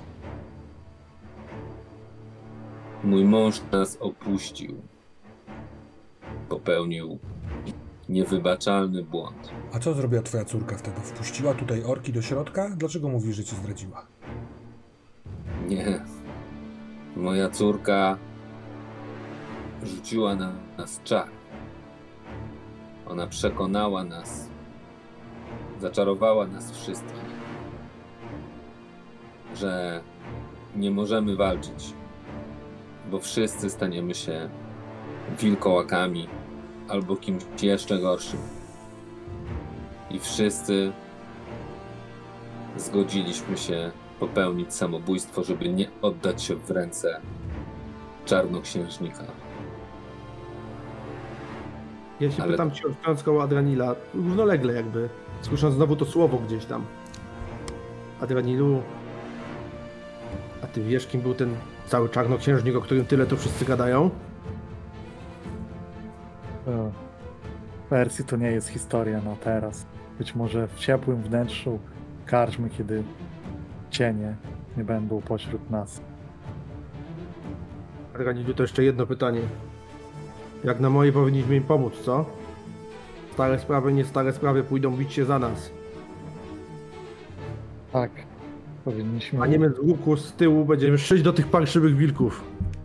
Mój mąż nas opuścił. Popełnił niewybaczalny błąd. A co zrobiła twoja córka wtedy? Wpuściła tutaj orki do środka? Dlaczego mówisz, że cię zdradziła? Nie. Moja córka rzuciła na nas czar. Ona przekonała nas, zaczarowała nas wszystkich, że nie możemy walczyć, bo wszyscy staniemy się wilkołakami albo kimś jeszcze gorszym. I wszyscy zgodziliśmy się popełnić samobójstwo, żeby nie oddać się w ręce czarnoksiężnika. Ja się Ale... pytam cię, stojąc koło Adranila, równolegle jakby, słysząc znowu to słowo gdzieś tam. Adranilu, a ty wiesz, kim był ten cały czarnoksiężnik, o którym tyle tu wszyscy gadają? W Persji to nie jest historia na teraz. Być może w ciepłym wnętrzu karczmy, kiedy cienie nie będą pośród nas. Adranilu, to jeszcze jedno pytanie. Jak na moje powinniśmy im pomóc, co? Stare sprawy, nie stare sprawy pójdą bić się za nas. Tak, powinniśmy... A nie my z łuku z tyłu będziemy szyć do tych parszywych wilków.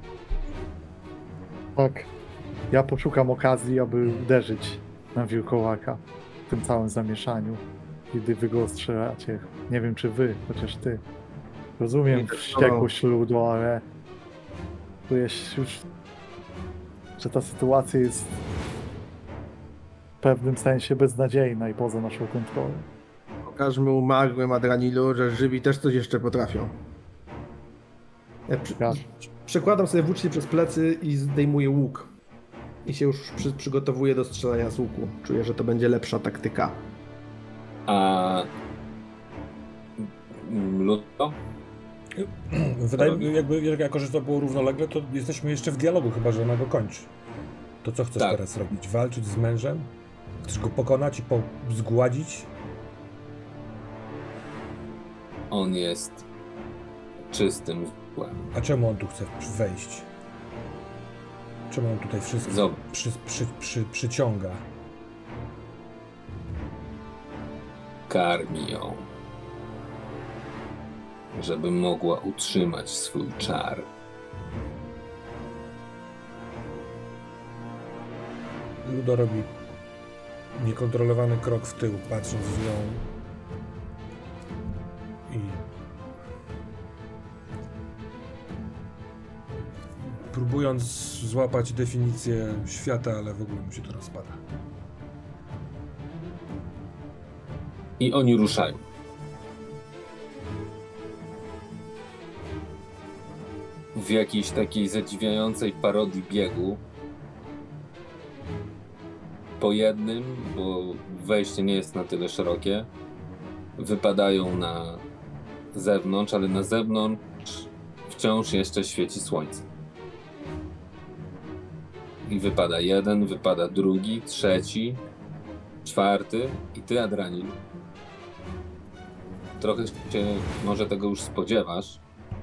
Tak. Ja poszukam okazji, aby uderzyć na wilkołaka w tym całym zamieszaniu, kiedy wy go ostrzelacie. Nie wiem, czy wy, chociaż ty. Rozumiem wściekłość ludu, ale czuję się już, że ta sytuacja jest w pewnym sensie beznadziejna i poza naszą kontrolą. Pokażmy umarłym Adranilu, że żywi też coś jeszcze potrafią. Ja przy... Ja. Przekładam sobie włócznie przez plecy i zdejmuję łuk. I się już przy... przygotowuję do strzelania z łuku. Czuję, że to będzie lepsza taktyka. A... Ludo? Wydaje mi się, jakby, jako że to było równolegle, to jesteśmy jeszcze w dialogu, chyba że ona go kończy. To co chcesz tak. teraz robić? Walczyć z mężem? Chcesz go pokonać i po... zgładzić? On jest czystym złem. A czemu on tu chce wejść? Czemu on tutaj wszystko Zobacz. przy, przy, przy, przyciąga? Karmi ją, żeby mogła utrzymać swój czar. Ludo robi niekontrolowany krok w tył, patrząc w nią i próbując złapać definicję świata, ale w ogóle mu się to rozpada. I oni ruszają. W jakiejś takiej zadziwiającej parodii biegu. Po jednym, bo wejście nie jest na tyle szerokie, wypadają na zewnątrz, ale na zewnątrz wciąż jeszcze świeci słońce. I wypada jeden, wypada drugi, trzeci, czwarty i ty, Adranil. Trochę się może tego już spodziewasz,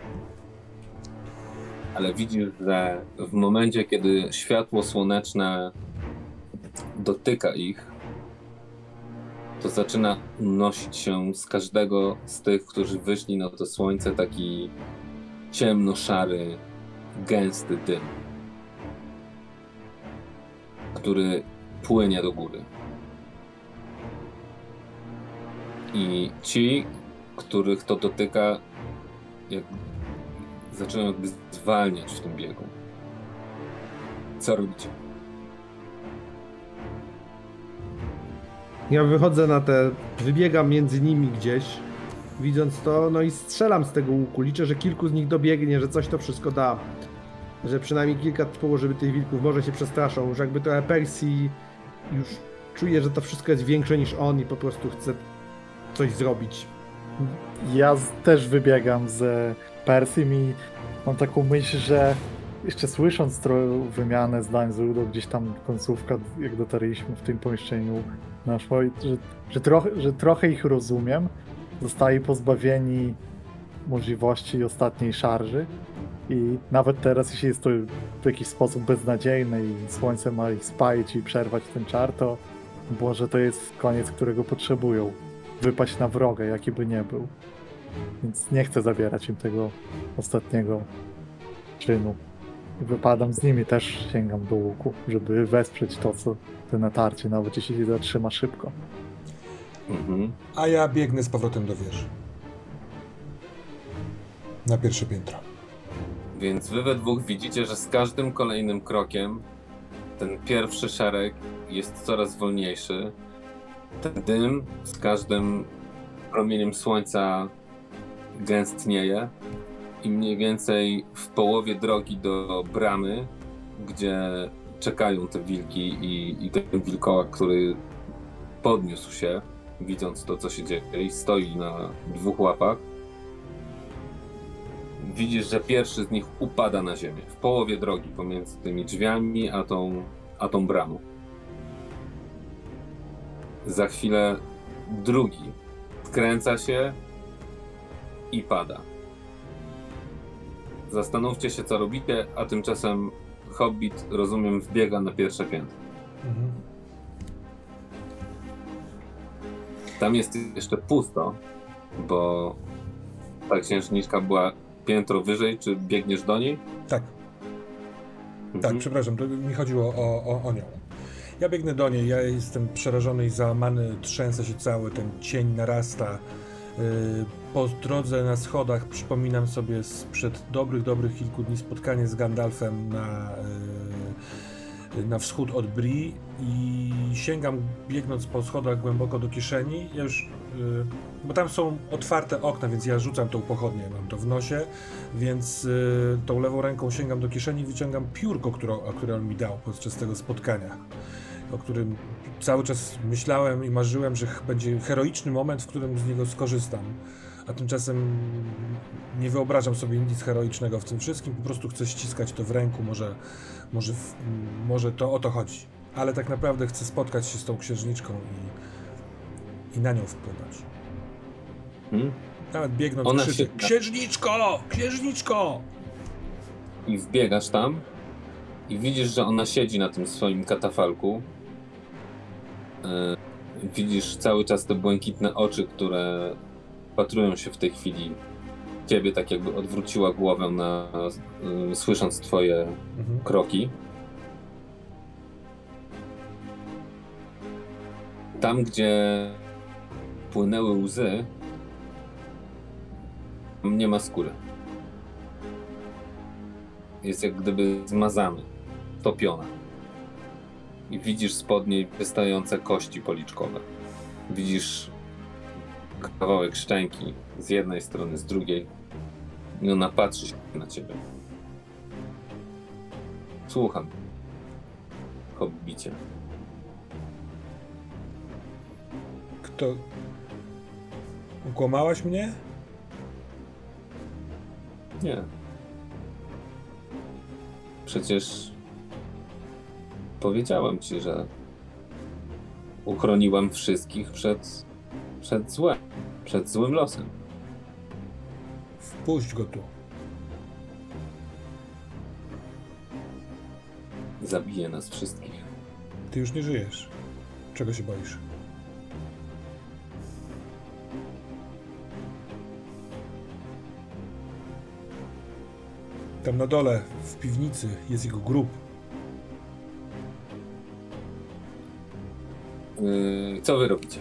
ale widzisz, że w momencie, kiedy światło słoneczne dotyka ich, to zaczyna unosić się z każdego z tych, którzy wyszli na to słońce, taki ciemno-szary, gęsty dym. który płynie do góry. I ci, których to dotyka, jak zaczynają jakby zwalniać w tym biegu. Co robicie? Ja wychodzę na te, wybiegam między nimi gdzieś, widząc to, no i strzelam z tego łuku. Liczę, że kilku z nich dobiegnie, że coś to wszystko da. Że przynajmniej kilka położymy tych wilków, może się przestraszą, że jakby trochę Persji już czuje, że to wszystko jest większe niż on i po prostu chce coś zrobić. Ja z, też wybiegam z Persji i mam taką myśl, że jeszcze słysząc trochę wymianę zdań z Rudą, gdzieś tam końcówka, jak dotarliśmy w tym pomieszczeniu naszło, że, że, trochę, że trochę ich rozumiem, zostali pozbawieni możliwości ostatniej szarży i nawet teraz, jeśli jest to w jakiś sposób beznadziejne i słońce ma ich spalić i przerwać ten czar, to Boże, to jest koniec, którego potrzebują. Wypaść na wroga, jaki by nie był. Więc nie chcę zabierać im tego ostatniego czynu. I wypadam z nimi, też sięgam do łuku, żeby wesprzeć to, co te natarcie, nawet jeśli się zatrzyma szybko. Mhm. A ja biegnę z powrotem do wieży. Na pierwsze piętro. Więc wy we dwóch widzicie, że z każdym kolejnym krokiem ten pierwszy szereg jest coraz wolniejszy. Ten dym z każdym promieniem słońca gęstnieje i mniej więcej w połowie drogi do bramy, gdzie czekają te wilki i, i ten wilkołak, który podniósł się, widząc to, co się dzieje, i stoi na dwóch łapach. Widzisz, że pierwszy z nich upada na ziemię, w połowie drogi pomiędzy tymi drzwiami a tą, a tą bramą. Za chwilę drugi skręca się i pada. Zastanówcie się, co robicie, a tymczasem Hobbit, rozumiem, wbiega na pierwsze piętro. Mhm. Tam jest jeszcze pusto, bo ta księżniczka była piętro wyżej. Czy biegniesz do niej? Tak. Mhm. Tak, przepraszam, to mi chodziło o, o, o nią. Ja biegnę do niej, ja jestem przerażony i załamany, trzęsę się cały, ten cień narasta. Yy, po drodze na schodach przypominam sobie sprzed dobrych, dobrych kilku dni spotkanie z Gandalfem na, yy, na wschód od Bree i sięgam, biegnąc po schodach głęboko do kieszeni. Ja już, yy, bo tam są otwarte okna, więc ja rzucam tą pochodnię, mam to w nosie, więc yy, tą lewą ręką sięgam do kieszeni i wyciągam piórko, którą, które on mi dał podczas tego spotkania, o którym cały czas myślałem i marzyłem, że będzie heroiczny moment, w którym z niego skorzystam. A tymczasem nie wyobrażam sobie nic heroicznego w tym wszystkim, po prostu chcę ściskać to w ręku, może, może, w, może to o to chodzi. Ale tak naprawdę chcę spotkać się z tą księżniczką i, i na nią wpłynąć. Hmm? Nawet biegnąc Ona krzyczę, się- księżniczko! Księżniczko! I wbiegasz tam i widzisz, że ona siedzi na tym swoim katafalku. Yy, widzisz cały czas te błękitne oczy, które patrują się w tej chwili ciebie, tak jakby odwróciła głowę na, yy, słysząc twoje Mhm. kroki. Tam, gdzie płynęły łzy, nie ma skóry. Jest jak gdyby zmazany, topiona. I widzisz spod niej wystające kości policzkowe. Widzisz kawałek szczęki z jednej strony, z drugiej. I ona patrzy się na ciebie. Słucham. Hobbicie. Kto... Ukłamałaś mnie? Nie. Przecież powiedziałem ci, że uchroniłem wszystkich przed, przed złem, przed złym losem. Wpuść go tu. Zabiję nas wszystkich. Ty już nie żyjesz. Czego się boisz? Tam na dole, w piwnicy, jest jego grób. Yy, co wy robicie?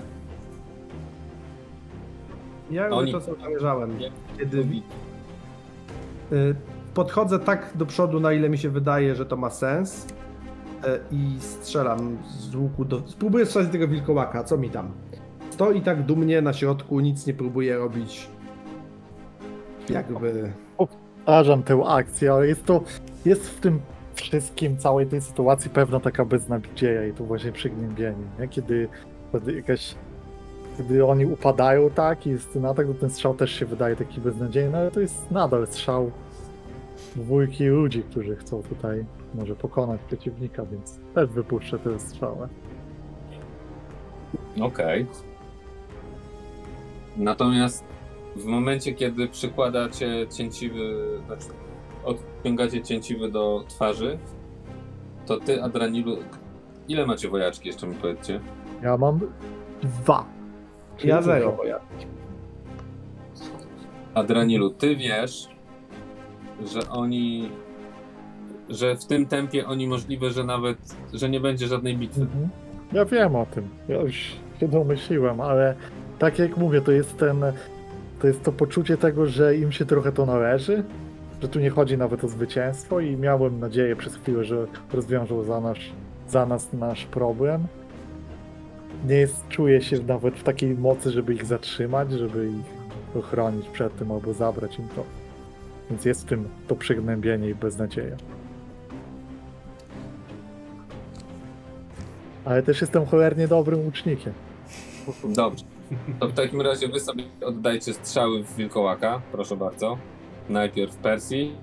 Ja robię Oni- to, co zamierzałem. Kiedy Robi- y, podchodzę tak do przodu, na ile mi się wydaje, że to ma sens y, i strzelam z łuku do... Spróbuję strzelać do tego wilkołaka, co mi tam? Stoi tak dumnie na środku, nic nie próbuje robić. Jakby... Powtarzam tę akcję, ale jest to, jest w tym wszystkim, całej tej sytuacji pewna taka beznadzieja i to właśnie przygnębienie, nie? Kiedy, kiedy jakaś, kiedy oni upadają, tak, i jest ten atak, to ten strzał też się wydaje taki beznadziejny, ale to jest nadal strzał dwójki ludzi, którzy chcą tutaj może pokonać przeciwnika, więc też wypuszczę tę strzałę. Okej. Natomiast w momencie, kiedy przykładacie cięciwy, znaczy odciągacie cięciwy do twarzy, to ty, Adranilu, ile macie wojaczki, jeszcze mi powiedzcie? Ja mam dwa. Ja zero, bo ja... Adranilu, ty wiesz, że oni, że w tym tempie oni możliwe, że nawet, że nie będzie żadnej bitwy. Mhm. Ja wiem o tym, ja już się domyśliłem, ale tak jak mówię, to jest ten, to jest to poczucie tego, że im się trochę to należy, że tu nie chodzi nawet o zwycięstwo i miałem nadzieję przez chwilę, że rozwiążą za nas, za nas nasz problem. Nie jest, czuję się nawet w takiej mocy, żeby ich zatrzymać, żeby ich ochronić przed tym albo zabrać im to. Więc jest w tym to przygnębienie i beznadzieja. Ale też jestem cholernie dobrym łucznikiem. Dobrze. To w takim razie wy sobie oddajcie strzały w wilkołaka, proszę bardzo. Najpierw Persji.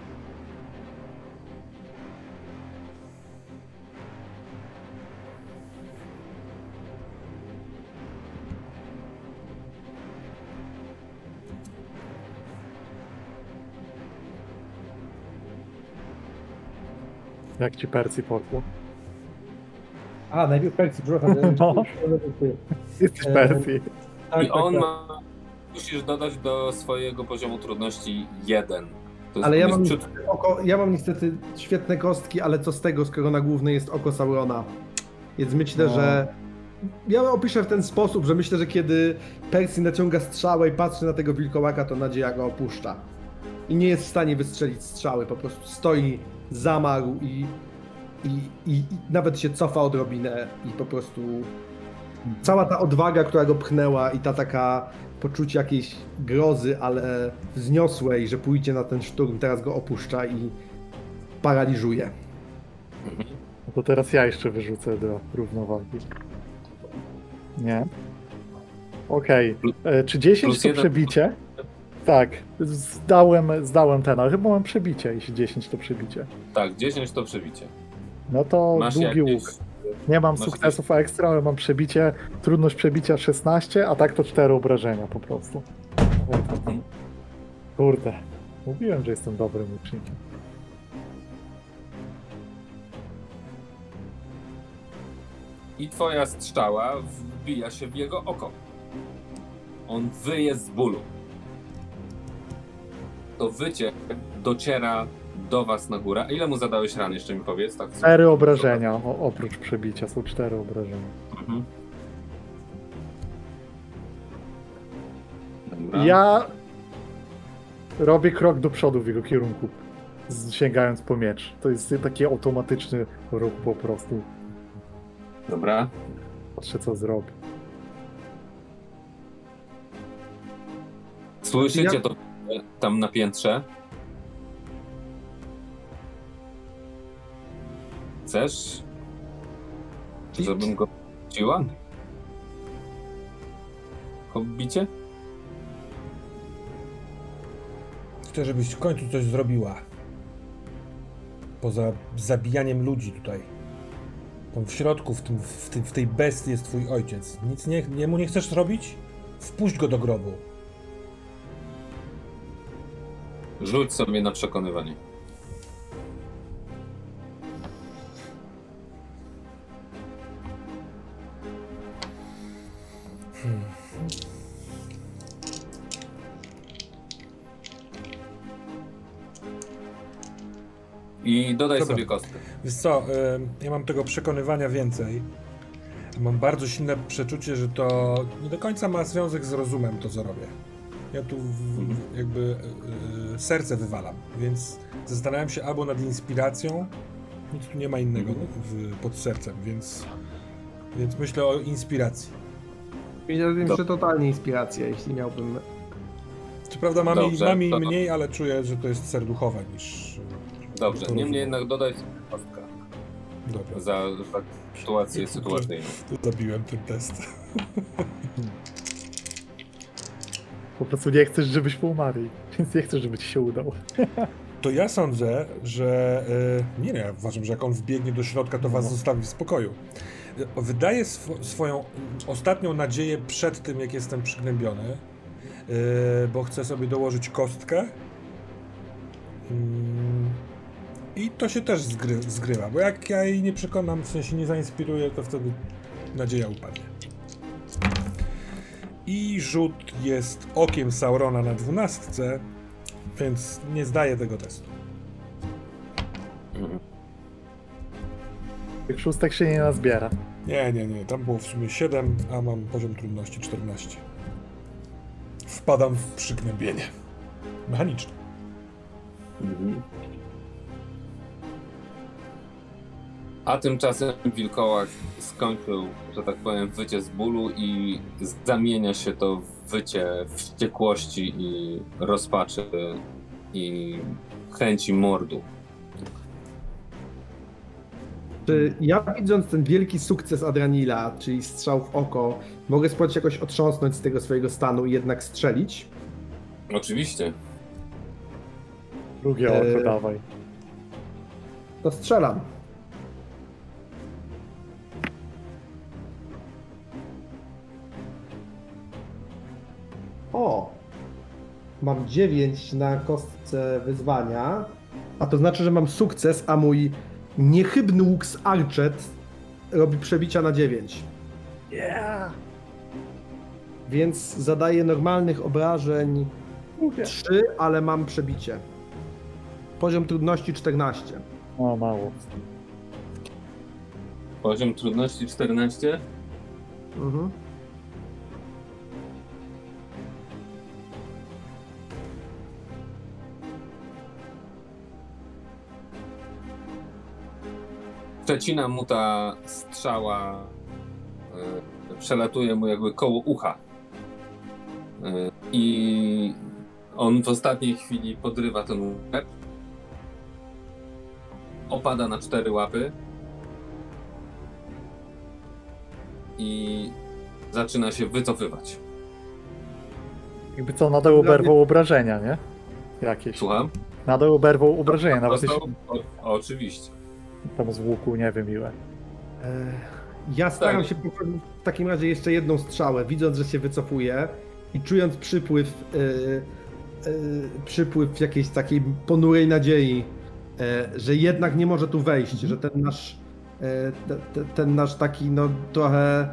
Jak ci Persji poszło? A, najpierw Persji, przepraszam. No. Jesteś Eee, Persji. Tak, I on tak, tak. ma... Musisz dodać do swojego poziomu trudności jeden. To jest, Ale ja on mam, jest niestety oko, ja mam niestety świetne kostki, ale co z tego, skoro na głównej jest oko Saurona. Więc myślę, No. że... Ja opiszę w ten sposób, że myślę, że kiedy Persji naciąga strzałę i patrzy na tego wilkołaka, to nadzieja go opuszcza. I nie jest w stanie wystrzelić strzały, po prostu stoi, zamarł i, i, i, i nawet się cofa odrobinę i po prostu cała ta odwaga, która go pchnęła i ta taka poczucie jakiejś grozy, ale wzniosłej, że pójdzie na ten szturm, teraz go opuszcza i paraliżuje. No to teraz ja jeszcze wyrzucę do równowagi. Nie. Okej. E, Czy dziesięć Plus to jeden. przebicie? Tak. Zdałem, zdałem ten, ale chyba mam przebicie, jeśli dziesięć to przebicie. Tak, dziesięć to przebicie. No to Masz długi jakieś... łuk. Nie mam masz sukcesów ekstra, ale mam przebicie. Trudność przebicia szesnaście, a tak to cztery obrażenia po prostu. Mhm. Kurde. Mówiłem, że jestem dobrym łucznikiem. I twoja strzała wbija się w jego oko. On wyje z bólu. To wycie dociera do was na górę. A ile mu zadałeś ran, jeszcze mi powiedz? Tak, Cztery obrażenia, o, oprócz przebicia są cztery obrażenia. Mhm. Dobra. Ja robię krok do przodu w jego kierunku, z- sięgając po miecz. To jest taki automatyczny ruch po prostu. Dobra. Patrzę, co zrobi. Słyszycie Ja- to tam na piętrze? Chcesz? Czy żebym go wróciła? Hobbicie? Chcę, żebyś w końcu coś zrobiła. Poza zabijaniem ludzi tutaj. Tam w środku, w, tym, w, tym, w tej bestii jest twój ojciec. Nic nie, nie mu nie chcesz robić? Wpuść go do grobu. Rzuć sobie na przekonywanie. I dodaj Dobra. sobie kostkę. Wiesz co, y, ja mam tego przekonywania więcej, Mam bardzo silne przeczucie, że to nie do końca ma związek z rozumem to, co robię. Ja tu w, jakby yy, serce wywalam, więc zastanawiam się albo nad inspiracją, nic tu nie ma innego w, pod sercem, więc, więc myślę o inspiracji. Wiedziałbym, Do- że totalnie inspiracja, jeśli miałbym... Co prawda mam, Dobrze, jej, mam jej to- mniej, ale czuję, że to jest serduchowe niż... Dobrze, to niemniej rozumiem. jednak dodaj sobie kostkę Dobra, za tak, sytuację sytuacyjną. zabiłem ten test. Po prostu nie chcesz, żebyśmy umarli, więc nie chcesz, żeby ci się udał. To ja sądzę, że... Yy, nie wiem, ja uważam, że jak on wbiegnie do środka, to was No. zostawi w spokoju. Yy, Wydaje sw- swoją ostatnią nadzieję przed tym, jak jestem przygnębiony, yy, bo chcę sobie dołożyć kostkę. Yy, I to się też zgry- zgrywa, bo jak ja jej nie przekonam, w sensie nie zainspiruję, to wtedy nadzieja upadnie. I rzut jest okiem Saurona na dwunastce, więc nie zdaję tego testu. Mhm. Tych szóstek się nie nazbiera. Nie, nie, nie, tam było w sumie siedem, a mam poziom trudności czternaście. Wpadam w przygnębienie. Mechaniczne. Mhm. A tymczasem wilkołak skończył, że tak powiem, wycie z bólu i zamienia się to w wycie wściekłości i rozpaczy i chęci mordu. Czy ja, widząc ten wielki sukces Adranila, czyli strzał w oko, mogę spróbować jakoś otrząsnąć z tego swojego stanu i jednak strzelić? Oczywiście. Drugie oko Eee. dawaj. To strzelam. O! Mam dziewięć na kostce wyzwania, a to znaczy, że mam sukces, a mój niechybny łuk z Archet robi przebicia na dziewięć. Yeah! Więc zadaję normalnych obrażeń Mówię. trzy, ale mam przebicie. Poziom trudności czternaście. O, mało. Poziom trudności czternaście. Mhm. Przecina mu ta strzała, y, przelatuje mu jakby koło ucha. Y, I on w ostatniej chwili podrywa ten łeb. Opada na cztery łapy. I zaczyna się wycofywać. Jakby co, nadal oberwał obrażenia, nie? Jakieś. Słucham? Nadal oberwał obrażenia, nawet Dostał? jeśli O, oczywiście. tam z łuku, nie wiem ile. E, Ja staram Tak. się poprawić w takim razie jeszcze jedną strzałę, widząc, że się wycofuje i czując przypływ, e, e, przypływ jakiejś takiej ponurej nadziei, e, że jednak nie może tu wejść, że ten nasz, e, te, te, ten nasz taki no trochę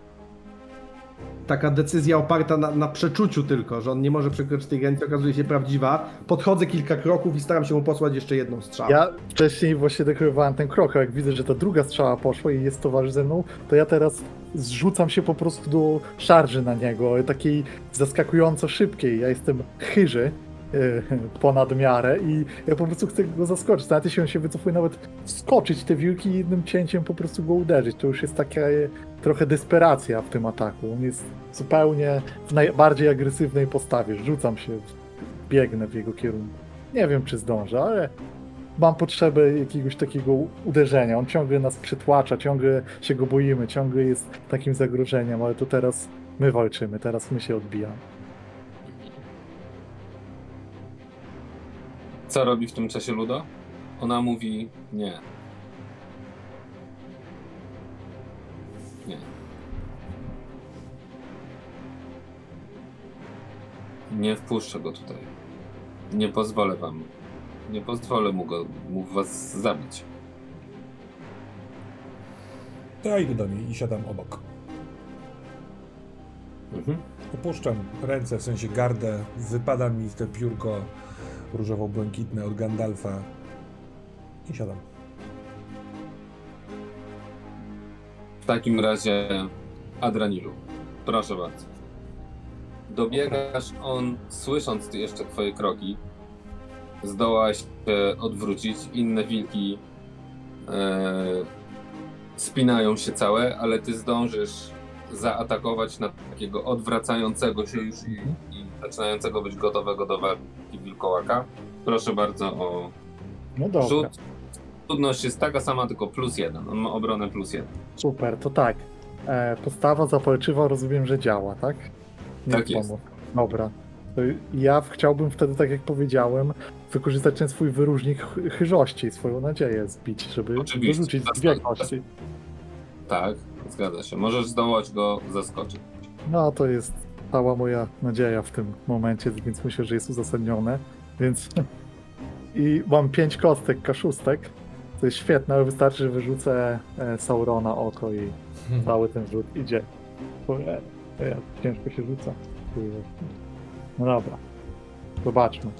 taka decyzja oparta na, na przeczuciu tylko, że on nie może przekroczyć tej granicy, okazuje się prawdziwa. Podchodzę kilka kroków i staram się mu posłać jeszcze jedną strzałę. Ja wcześniej właśnie dekorowałem ten krok, a jak widzę, że ta druga strzała poszła i jest towarzysz ze mną, to ja teraz zrzucam się po prostu do szarży na niego, takiej zaskakująco szybkiej. Ja jestem chyży yy, ponad miarę i ja po prostu chcę go zaskoczyć. Nawet jeśli on się wycofuje, nawet skoczyć te wilki i jednym cięciem po prostu go uderzyć. To już jest taka e, trochę desperacja w tym ataku. On jest zupełnie w najbardziej agresywnej postawie. Rzucam się, biegnę w jego kierunku. Nie wiem, czy zdążę, ale mam potrzebę jakiegoś takiego uderzenia. On ciągle nas przytłacza, ciągle się go boimy, ciągle jest takim zagrożeniem, ale to teraz my walczymy, teraz my się odbijamy. Co robi w tym czasie Ludo? Ona mówi nie. Nie. Nie wpuszczę go tutaj. Nie pozwolę wam. Nie pozwolę mu go, mu was zabić. To ja idę do niej i siadam obok. Mhm. Opuszczam ręce, w sensie gardę, wypada mi te piórko różowo-błękitne od Gandalfa i siadam. W takim razie Adranilu, proszę bardzo. Dobiegasz, on słysząc jeszcze twoje kroki, zdołaś się odwrócić, inne wilki e, spinają się całe, ale ty zdążysz zaatakować na takiego odwracającego się już i, i zaczynającego być gotowego do walki wilkołaka. Proszę bardzo o No dobra. rzut. Trudność jest taka sama, tylko plus jeden. On ma obronę plus jeden. Super, to tak. E, postawa zapalczywa rozumiem, że działa, tak? Nie Tak jest. pomóc. Dobra. To ja chciałbym wtedy, tak jak powiedziałem, wykorzystać ten swój wyróżnik ch- chyżości i swoją nadzieję zbić, żeby Oczywiście. dorzucić dwie kości. Tak, zgadza się. Możesz zdołać go zaskoczyć. No to jest cała moja nadzieja w tym momencie, więc myślę, że jest uzasadnione. Więc i mam pięć kostek, kaszustek. To jest świetne, ale wystarczy, że wyrzucę e, Saurona oko i cały ten rzut idzie. Bo ja, to ja ciężko się rzuca. No dobra. Zobaczmy.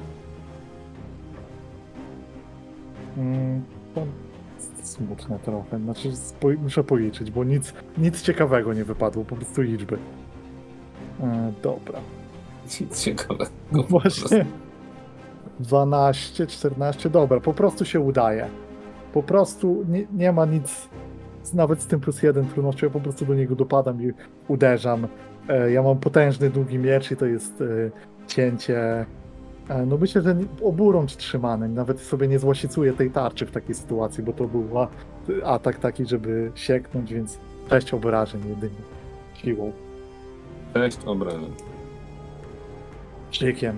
Mm, to smutne trochę. Znaczy spo- muszę policzyć, bo nic, nic ciekawego nie wypadło, po prostu liczby. E, dobra. Nic ciekawego. No właśnie. dwanaście, czternaście, dobra, po prostu się udaje. Po prostu nie, nie ma nic, nawet z tym plus jeden trudnością, ja po prostu do niego dopadam i uderzam. E, ja mam potężny, długi miecz i to jest e, cięcie. E, no myślę, że nie- oburącz trzymany, nawet sobie nie złasicuję tej tarczy w takiej sytuacji, bo to był a- atak taki, żeby sieknąć, więc sześć obrażeń jedynie siłą. Sześć obrażeń. Szykiem.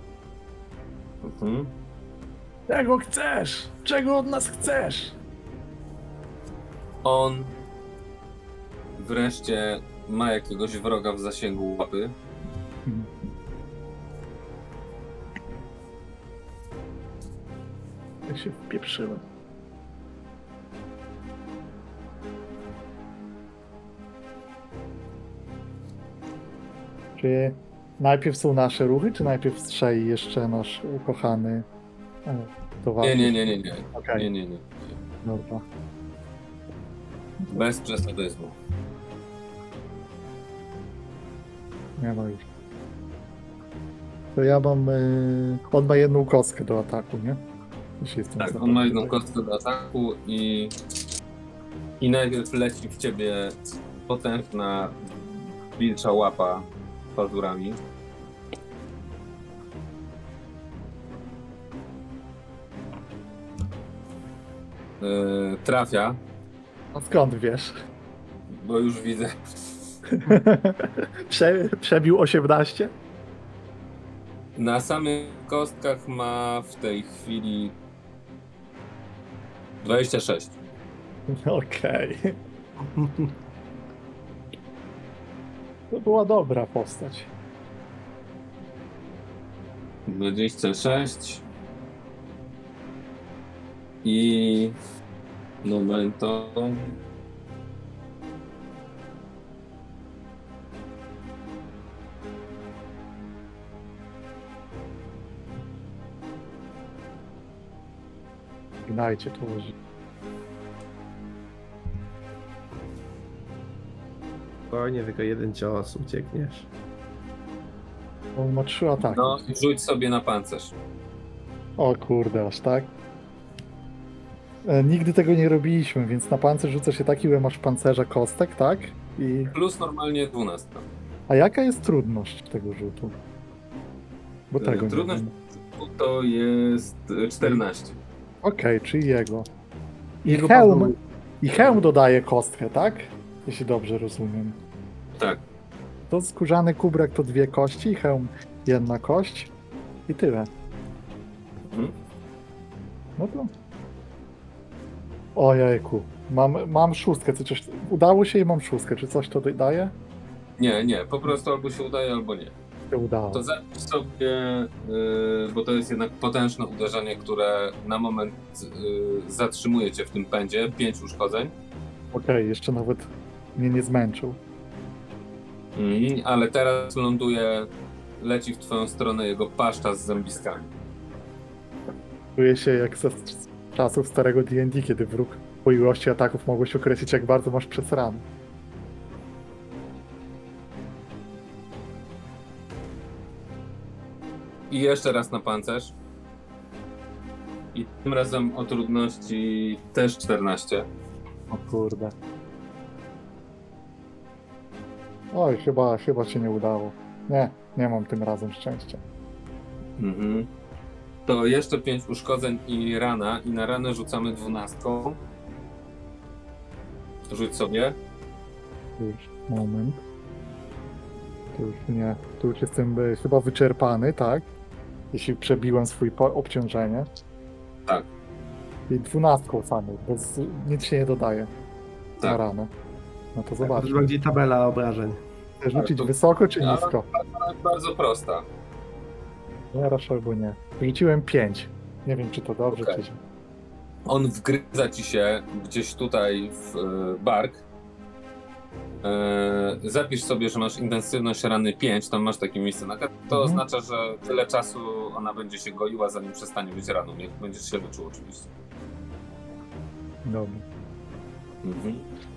Mhm. Czego chcesz? Czego od nas chcesz? On wreszcie ma jakiegoś wroga w zasięgu łapy. Ja się wpieprzyłem. Czy najpierw są nasze ruchy, czy najpierw strzeli jeszcze nasz ukochany e, towarzysz? Nie, nie, nie, nie, nie. Okej, Nie, nie, nie. dobra. Bez przesadyzmu. Nie ma już. To ja mam... Y... On ma jedną kostkę do ataku, nie? Jeśli jestem Tak, za- on ma jedną kostkę do ataku i i najpierw leci w ciebie potężna wilcza łapa pazurami. Yy, trafia, A skąd wiesz? bo już widzę. Prze... Przebił osiemnaście? Na samych kostkach ma w tej chwili dwadzieścia sześć. Okej. To była dobra postać. dwadzieścia sześć. I momento. Gnajcie to łoży. Spokojnie, tylko jeden cios, uciekniesz. On ma trzy ataki. No i rzuć sobie na pancerz. O kurde, aż tak? E, nigdy tego nie robiliśmy, więc na pancerz rzuca się taki, ile masz pancerza kostek, tak? I... Plus normalnie dwanaście. A jaka jest trudność tego rzutu? Bo tego nie Trudność wiem. to jest czternaście. Okej, czyli jego. I Jego hełm, pazury. I hełm dodaje kostkę, tak? Jeśli dobrze rozumiem. Tak. To skórzany kubrak to dwie kości, hełm jedna kość i tyle. Mhm. No to... Ojejku, mam, mam szóstkę, czy coś... Udało się i mam szóstkę, czy coś to daje? Nie, nie, po prostu albo się udaje, albo nie. Się udało. To zapisz sobie, yy, bo to jest jednak potężne uderzenie, które na moment yy, zatrzymuje cię w tym pędzie. Pięć uszkodzeń. Okej, jeszcze nawet mnie nie zmęczył. Mm, ale teraz ląduje, leci w twoją stronę jego paszcza z zębiskami. Czuję się jak ze z czasów starego D and D, kiedy wróg po ilości ataków mogłeś określić, jak bardzo masz przesrany. I jeszcze raz na pancerz. I tym razem o trudności też czternaście. O kurde. Oj, chyba, chyba się nie udało. Nie, nie mam tym razem szczęścia. Mhm. To jeszcze pięć uszkodzeń i rana. I na ranę rzucamy dwunastką. Rzuć sobie. Już, moment. Tu już nie, tu już jestem y, chyba wyczerpany, tak? Jeśli przebiłem swój po- obciążenie. Tak. I dwunastką samą, bez, nic się nie dodaje na Tak. ranę. No to To zobaczmy. jest bardziej tabela obrażeń. Chcesz rzucić to- wysoko czy Ale- nisko? ale Bardzo prosta. Nie, raczej albo nie. Rzuciłem pięć. Nie wiem, czy to dobrze, Okej. czy źle. On wgryza ci się gdzieś tutaj w e, bark. E, zapisz sobie, że masz intensywność rany pięć, tam masz takie miejsce na kartę. To Mhm. oznacza, że tyle czasu ona będzie się goiła, zanim przestanie być raną. Jak będziesz się leczył oczywiście. Dobra. Mhm.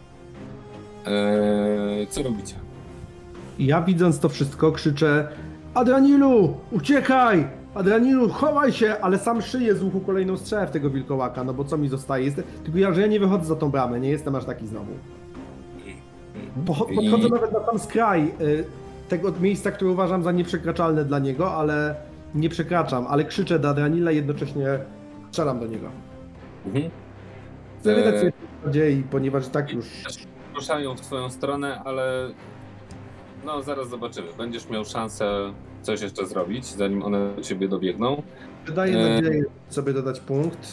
E, co robicie? I ja widząc to wszystko krzyczę: Adranilu, uciekaj! Adranilu, chowaj się! Ale sam szyję z łuku kolejną strzałę w tego wilkołaka, no bo co mi zostaje? Jest... Tylko ja, że ja nie wychodzę za tą bramę, nie jestem aż taki znowu. Po, podchodzę I- nawet na sam skraj y, tego miejsca, które uważam za nieprzekraczalne dla niego, ale nie przekraczam, ale krzyczę do Adranila i jednocześnie strzelam do niego. Mhm. Chcę wydać Eee. sobie bardziej, ponieważ tak już... Ruszają w twoją stronę, ale no zaraz zobaczymy. Będziesz miał szansę coś jeszcze zrobić, zanim one do ciebie dobiegną. Wydaje Eee. nadzieję sobie dodać punkt.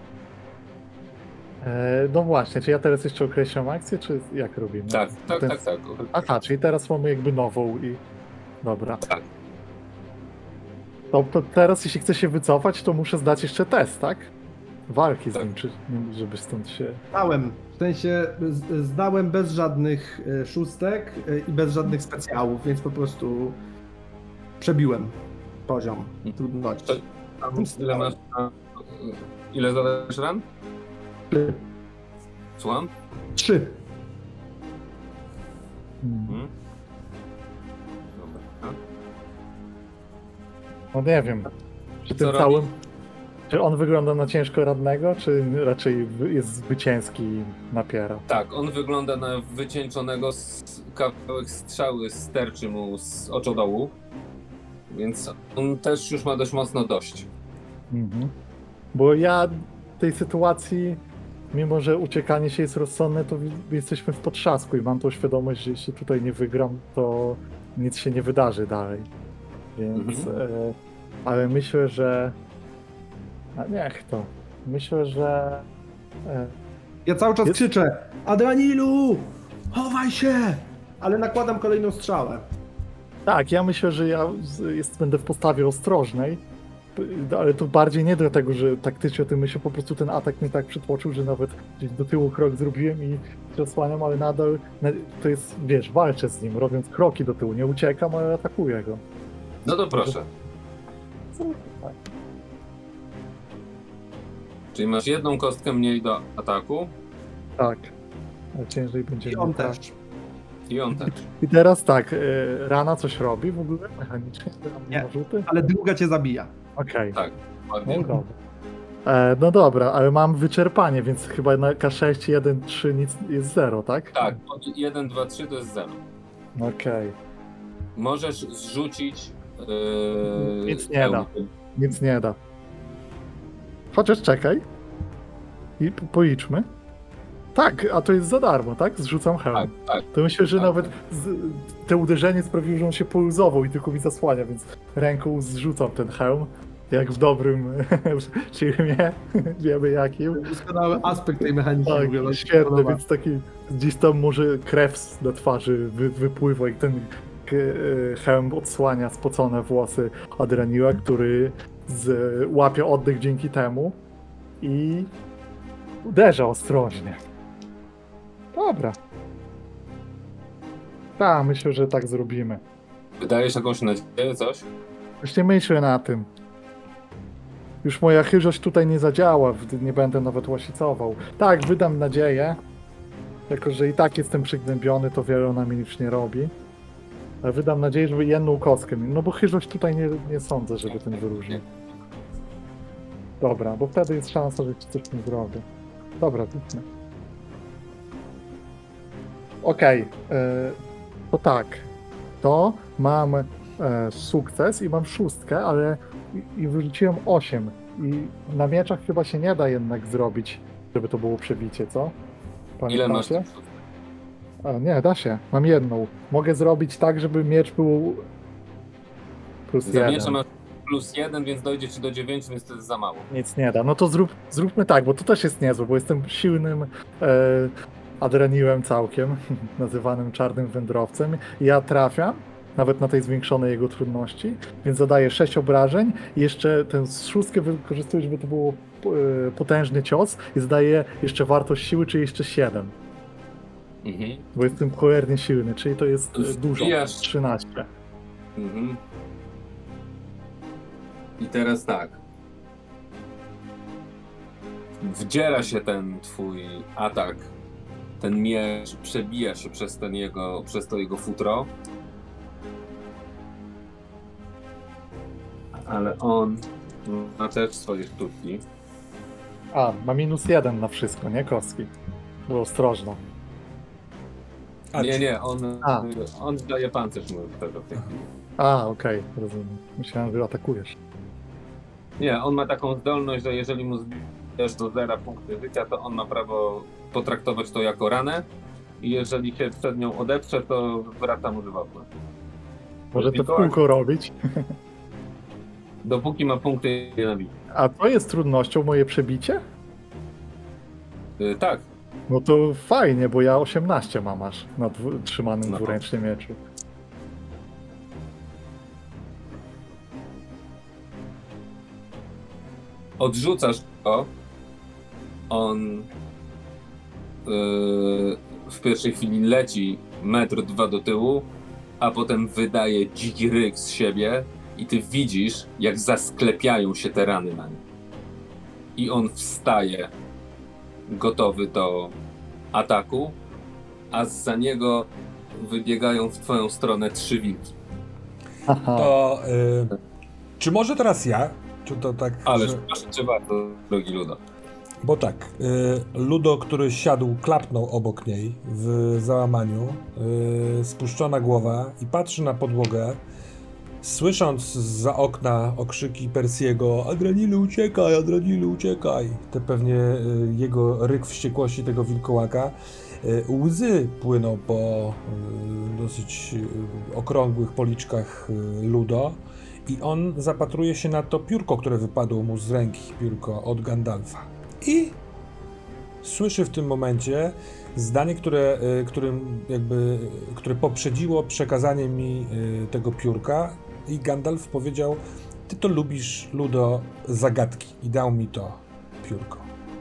E, no właśnie, czy ja teraz jeszcze określam akcję, czy jak robimy? Tak, tak, Ten- tak, tak. Aha, czyli teraz mamy jakby nową i... Dobra. Tak. To, to teraz jeśli chcę się wycofać, to muszę zdać jeszcze test, tak? Walki z Tak. nim, czy, żeby stąd się... Zdałem, w sensie z- zdałem bez żadnych e, szóstek e, i bez żadnych specjałów, więc po prostu przebiłem poziom trudności. A więc ile masz na... Ile zadajesz ran? Słucham? Trzy. Hmm. Mhm. Dobra. No nie wiem. Czy Co tym robi? całym... Czy on wygląda na ciężko radnego, czy raczej wy- jest zwycięski i napiera? Tak, on wygląda na wycieńczonego, s- kawałek strzały sterczy mu z oczodołu, więc on też już ma dość mocno dość. Mhm. Bo ja w tej sytuacji, mimo że uciekanie się jest rozsądne, to wi- jesteśmy w potrzasku i mam tą świadomość, że jeśli tutaj nie wygram, to nic się nie wydarzy dalej. Więc... Mhm. E, ale myślę, że... A niech to. Myślę, że... E, Ja cały czas Jest- krzyczę: Adranilu! Chowaj się! Ale nakładam kolejną strzałę. Tak, ja myślę, że ja z- jest, będę w postawie ostrożnej, p- ale to bardziej nie dlatego, że taktycznie o tym myślę, po prostu ten atak mnie tak przytłoczył, że nawet gdzieś do tyłu krok zrobiłem i się osłaniam, ale nadal na- to jest, wiesz, walczę z nim, robiąc kroki do tyłu, nie uciekam, ale atakuję go. No to proszę. Tak. Czyli masz jedną kostkę mniej do ataku Tak. Ale ciężej będzie. I on mi tak. też. i on też. I teraz tak, y, rana coś robi w ogóle mechanicznie? Nie. Ma rzuty? Ale druga cię zabija. Okej. Tak, No ładnie. dobra. E, no dobra, ale mam wyczerpanie, więc chyba na K sześć, jeden, trzy nic jest zero, tak? Tak, jeden, dwa, trzy to jest zero. Okej. Możesz zrzucić... Yy, Nic nie da. hełm. Nic nie da. Chociaż czekaj. I p- policzmy. Tak, a to jest za darmo, tak? Zrzucam hełm. Tak, tak. To myślę, że tak. nawet z, te uderzenie sprawiło, że on się poluzował i tylko mi zasłania, więc ręką zrzucam ten hełm. Jak w dobrym filmie, wiemy jakim. Doskonały aspekt tej mechaniki. Tak, w ogóle. świetny, więc taki gdzieś tam może krew na twarzy wy, wypływa i ten k- e, hełm odsłania spocone włosy Adranila, który z, łapie oddech dzięki temu i uderza ostrożnie. Dobra. Tak, myślę, że tak zrobimy. Wydajesz jakąś nadzieję, coś? Właśnie myślę na tym. już moja chyżość tutaj nie zadziała, nie będę nawet łasicował. Tak, wydam nadzieję, jako że i tak jestem przygnębiony, to wiele ona mi już nie robi. Ale wydam nadzieję, żeby jedną kostkę, no bo chyżość tutaj nie, nie sądzę, żeby ten wyróżnił. Dobra, bo wtedy jest szansa, że ci coś nie zrobię. Dobra, rzućmy. Okej, okay, to tak. To mam e, sukces i mam szóstkę, ale i, i wyrzuciłem osiem. I na mieczach chyba się nie da jednak zrobić, żeby to było przebicie, co? Ile masz? Pamiętacie? A, nie, da się. Mam jedną. Mogę zrobić tak, żeby miecz był plus Za jeden. mieczem masz plus jeden, więc dojdzie ci do dziewięciu, więc to jest za mało. Nic nie da. No to zrób, zróbmy tak, bo to też jest niezłe, bo jestem silnym e, adreniłem całkiem, nazywanym czarnym wędrowcem. Ja trafiam, nawet na tej zwiększonej jego trudności, więc zadaję sześć obrażeń i jeszcze tę szóstkę wykorzystuję, żeby to było e, potężny cios i zadaję jeszcze wartość siły, czyli jeszcze siedem. Mhm. Bo jestem cholernie silny, czyli to jest e, dużo, Wbijasz. trzynaście. Mhm. I teraz tak. Wdziera się ten twój atak. Ten miecz przebija się przez ten jego, przez to jego futro. Ale on ma też swoje sztuczki. A, ma minus jeden na wszystko, nie kostki. Było ostrożno. A, Nie, czy- nie, on, A. on daje pancerz mu wtedy w tej chwili. A, okej, rozumiem. Myślałem, że atakujesz. Nie, on ma taką zdolność, że jeżeli mu zbijesz do zera punkty życia, to on ma prawo potraktować to jako ranę i jeżeli się przed nią odeprze, to wraca mu żywotność. Może to w Wilkołak. kółko robić. Dopóki ma punkty nienawiści. A to jest trudnością moje przebicie? Yy, tak, No to fajnie, bo ja osiemnaście mam aż na dwu- trzymanym No. dwuręcznym mieczu. odrzucasz go, on yy, w pierwszej chwili leci metr, dwa do tyłu, a potem wydaje dziki ryk z siebie i ty widzisz, jak zasklepiają się te rany na nim. I on wstaje, gotowy do ataku, a zza niego wybiegają w twoją stronę trzy wilki. Aha. To y, czy może teraz ja? Czy to tak? Ależ że... proszę cię bardzo, drogi Ludo. Bo tak, y, Ludo, który siadł, klapnął obok niej w załamaniu, y, spuszczona głowa i patrzy na podłogę, słysząc zza okna okrzyki Persiego: Adranilu, uciekaj, Adranilu, uciekaj. Te pewnie y, jego ryk wściekłości tego wilkołaka. Y, łzy płyną po y, dosyć y, okrągłych policzkach y, Ludo i on zapatruje się na to piórko, które wypadło mu z ręki, piórko od Gandalfa. I słyszy w tym momencie zdanie, które, y, którym jakby, które poprzedziło przekazanie mi y, tego piórka i Gandalf powiedział: ty to lubisz, Ludo, zagadki, i dał mi to piórko.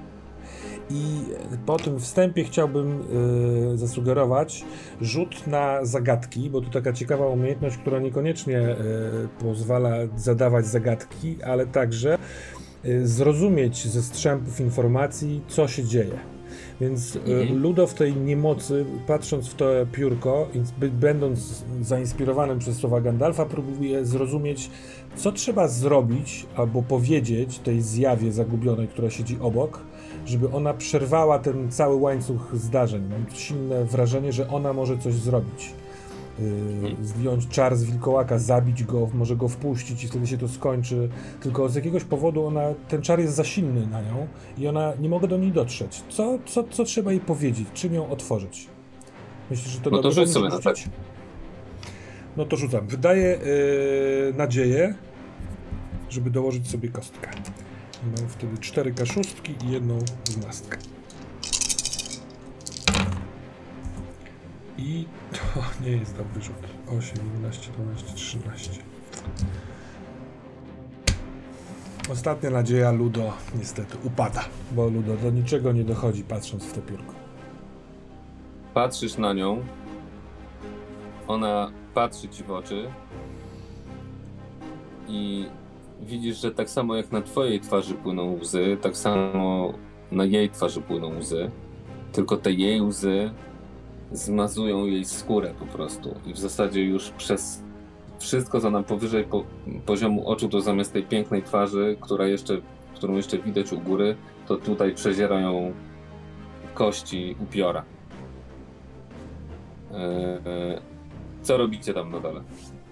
I po tym wstępie chciałbym y, zasugerować rzut na zagadki, bo to taka ciekawa umiejętność, która niekoniecznie y, pozwala zadawać zagadki, ale także y, zrozumieć ze strzępów informacji, co się dzieje. Więc Mhm. Ludo w tej niemocy, patrząc w to piórko, i będąc zainspirowanym przez słowa Gandalfa, próbuje zrozumieć, co trzeba zrobić albo powiedzieć tej zjawie zagubionej, która siedzi obok, żeby ona przerwała ten cały łańcuch zdarzeń. Mam silne wrażenie, że ona może coś zrobić. Yy, zdjąć czar z wilkołaka, zabić go, może go wpuścić i wtedy się to skończy. Tylko z jakiegoś powodu ona, ten czar jest za silny na nią i ona nie mogę do niej dotrzeć. Co, co, co trzeba jej powiedzieć? Czym ją otworzyć? Myślisz, że to No to dobry rzuć pomysł, sobie żeby na rzucić? No to rzucam. Wydaję yy, nadzieję, żeby dołożyć sobie kostkę. Mam wtedy cztery K sześć i jedną dwunastkę. I to nie jest dobry rzut. osiem, jedenaście, dwanaście, trzynaście. Ostatnia nadzieja Ludo niestety upada, bo Ludo do niczego nie dochodzi, patrząc w to piórko. Patrzysz na nią, ona patrzy ci w oczy i widzisz, że tak samo jak na twojej twarzy płyną łzy, tak samo na jej twarzy płyną łzy, tylko te jej łzy zmazują jej skórę po prostu i w zasadzie już przez wszystko, co nam powyżej po, poziomu oczu, to zamiast tej pięknej twarzy, która jeszcze, którą jeszcze widać u góry, to tutaj przezierają kości upiora. Eee, co robicie tam na dole?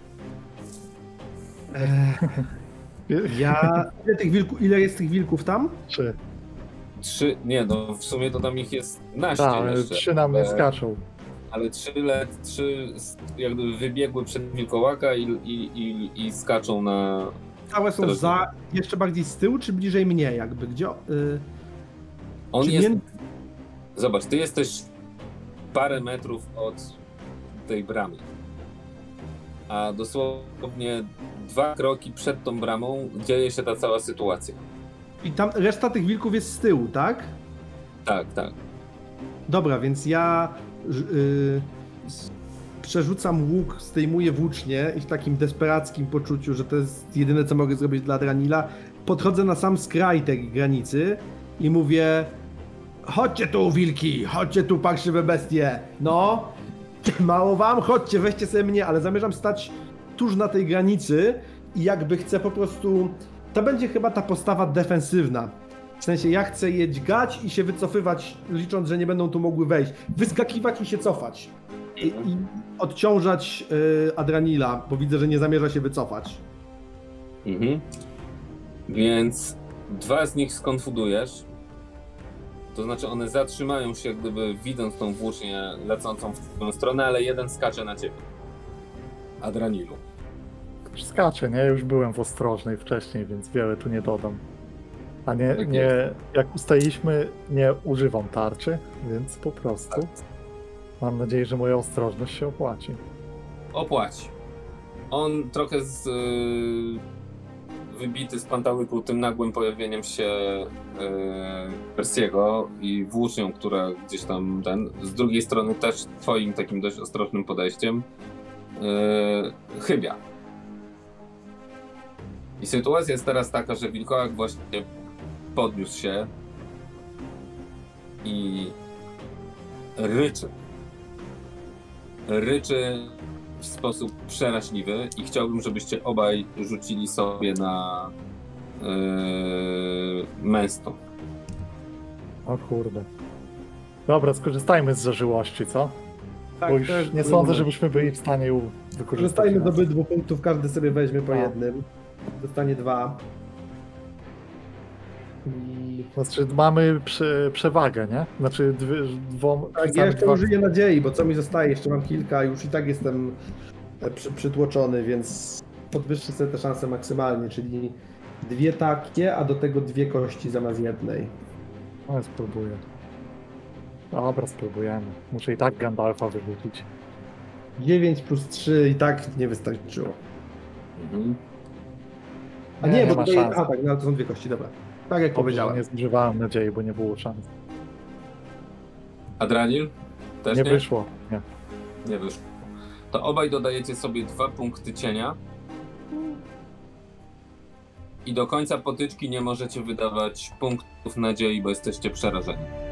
Ja... Ile, tych wilku, ile jest tych wilków tam? Trzy. Trzy, nie no, w sumie to tam ich jest naście Tak, jeszcze. trzy na mnie ale- skaczą. Ale trzy, le, trzy jakby wybiegły przed wilkołaka i, i, i, i skaczą na... Całe są Teraz za... jeszcze bardziej z tyłu, czy bliżej mnie jakby? Gdzie... Y... On Czy jest... mię- Zobacz, ty jesteś parę metrów od tej bramy. A dosłownie dwa kroki przed tą bramą dzieje się ta cała sytuacja. I tam reszta tych wilków jest z tyłu, tak? Tak, tak. Dobra, więc ja y, s- przerzucam łuk, zdejmuję włócznie i w takim desperackim poczuciu, że to jest jedyne, co mogę zrobić dla Dranila, podchodzę na sam skraj tej granicy i mówię: chodźcie tu, wilki, chodźcie tu, parszywe bestie, no, mało wam, chodźcie, weźcie sobie mnie, ale zamierzam stać tuż na tej granicy i jakby chcę po prostu... To będzie chyba ta postawa defensywna. W sensie ja chcę je dźgać i się wycofywać, licząc, że nie będą tu mogły wejść. Wyskakiwać i się cofać. I, i odciążać y, Adranila, bo widzę, że nie zamierza się wycofać. Mhm. Więc dwa z nich skonfudujesz. To znaczy one zatrzymają się, jak gdyby widząc tą włócznię lecącą w twoją stronę, ale jeden skacze na ciebie. Adranilu. Skaczę, nie? Już byłem w ostrożnej wcześniej, więc wiele tu nie dodam. A nie, Tak nie jest. jak ustaliliśmy, nie używam tarczy, więc po prostu Tak. mam nadzieję, że moja ostrożność się opłaci. Opłać. On trochę z, y, wybity z pantałyku tym nagłym pojawieniem się y, Persiego i włócznią, która gdzieś tam ten, z drugiej strony też twoim takim dość ostrożnym podejściem y, chybia. I sytuacja jest teraz taka, że wilkołak właśnie podniósł się i ryczy. Ryczy w sposób przeraźliwy i chciałbym, żebyście obaj rzucili sobie na yy, męstwo. O kurde. Dobra, skorzystajmy z zażyłości, co? Tak, Bo już to jest nie dobry sądzę, moment. żebyśmy byli w stanie ją wykorzystać. Korzystajmy z inaczej. obydwu punktów, każdy sobie weźmie po No. jednym. Dostanie dwa. I... Znaczy mamy prze, przewagę, nie? Znaczy dwie, dwom... Tak, ja rzucamy jeszcze dwa- użyję nadziei, bo co mi zostaje? Jeszcze mam kilka, już i tak jestem e, przy, przytłoczony, więc podwyższę sobie te szanse maksymalnie, czyli dwie takie, a do tego dwie kości zamiast jednej. No, spróbuję. Dobra, spróbujemy. Muszę i tak Gandalfa wyrzucić. dziewięć plus trzy i tak nie wystarczyło. Mhm. A Nie, nie, nie bo ma to jest, szans. a tak, no, ale to są dwie kości, dobra. Tak jak Dobrze, powiedziałem. że nie zużywałem nadziei, bo nie było szans. Adranil? Też Nie nie? wyszło. Nie. Nie wyszło. To obaj dodajecie sobie dwa punkty cienia. I do końca potyczki nie możecie wydawać punktów nadziei, bo jesteście przerażeni.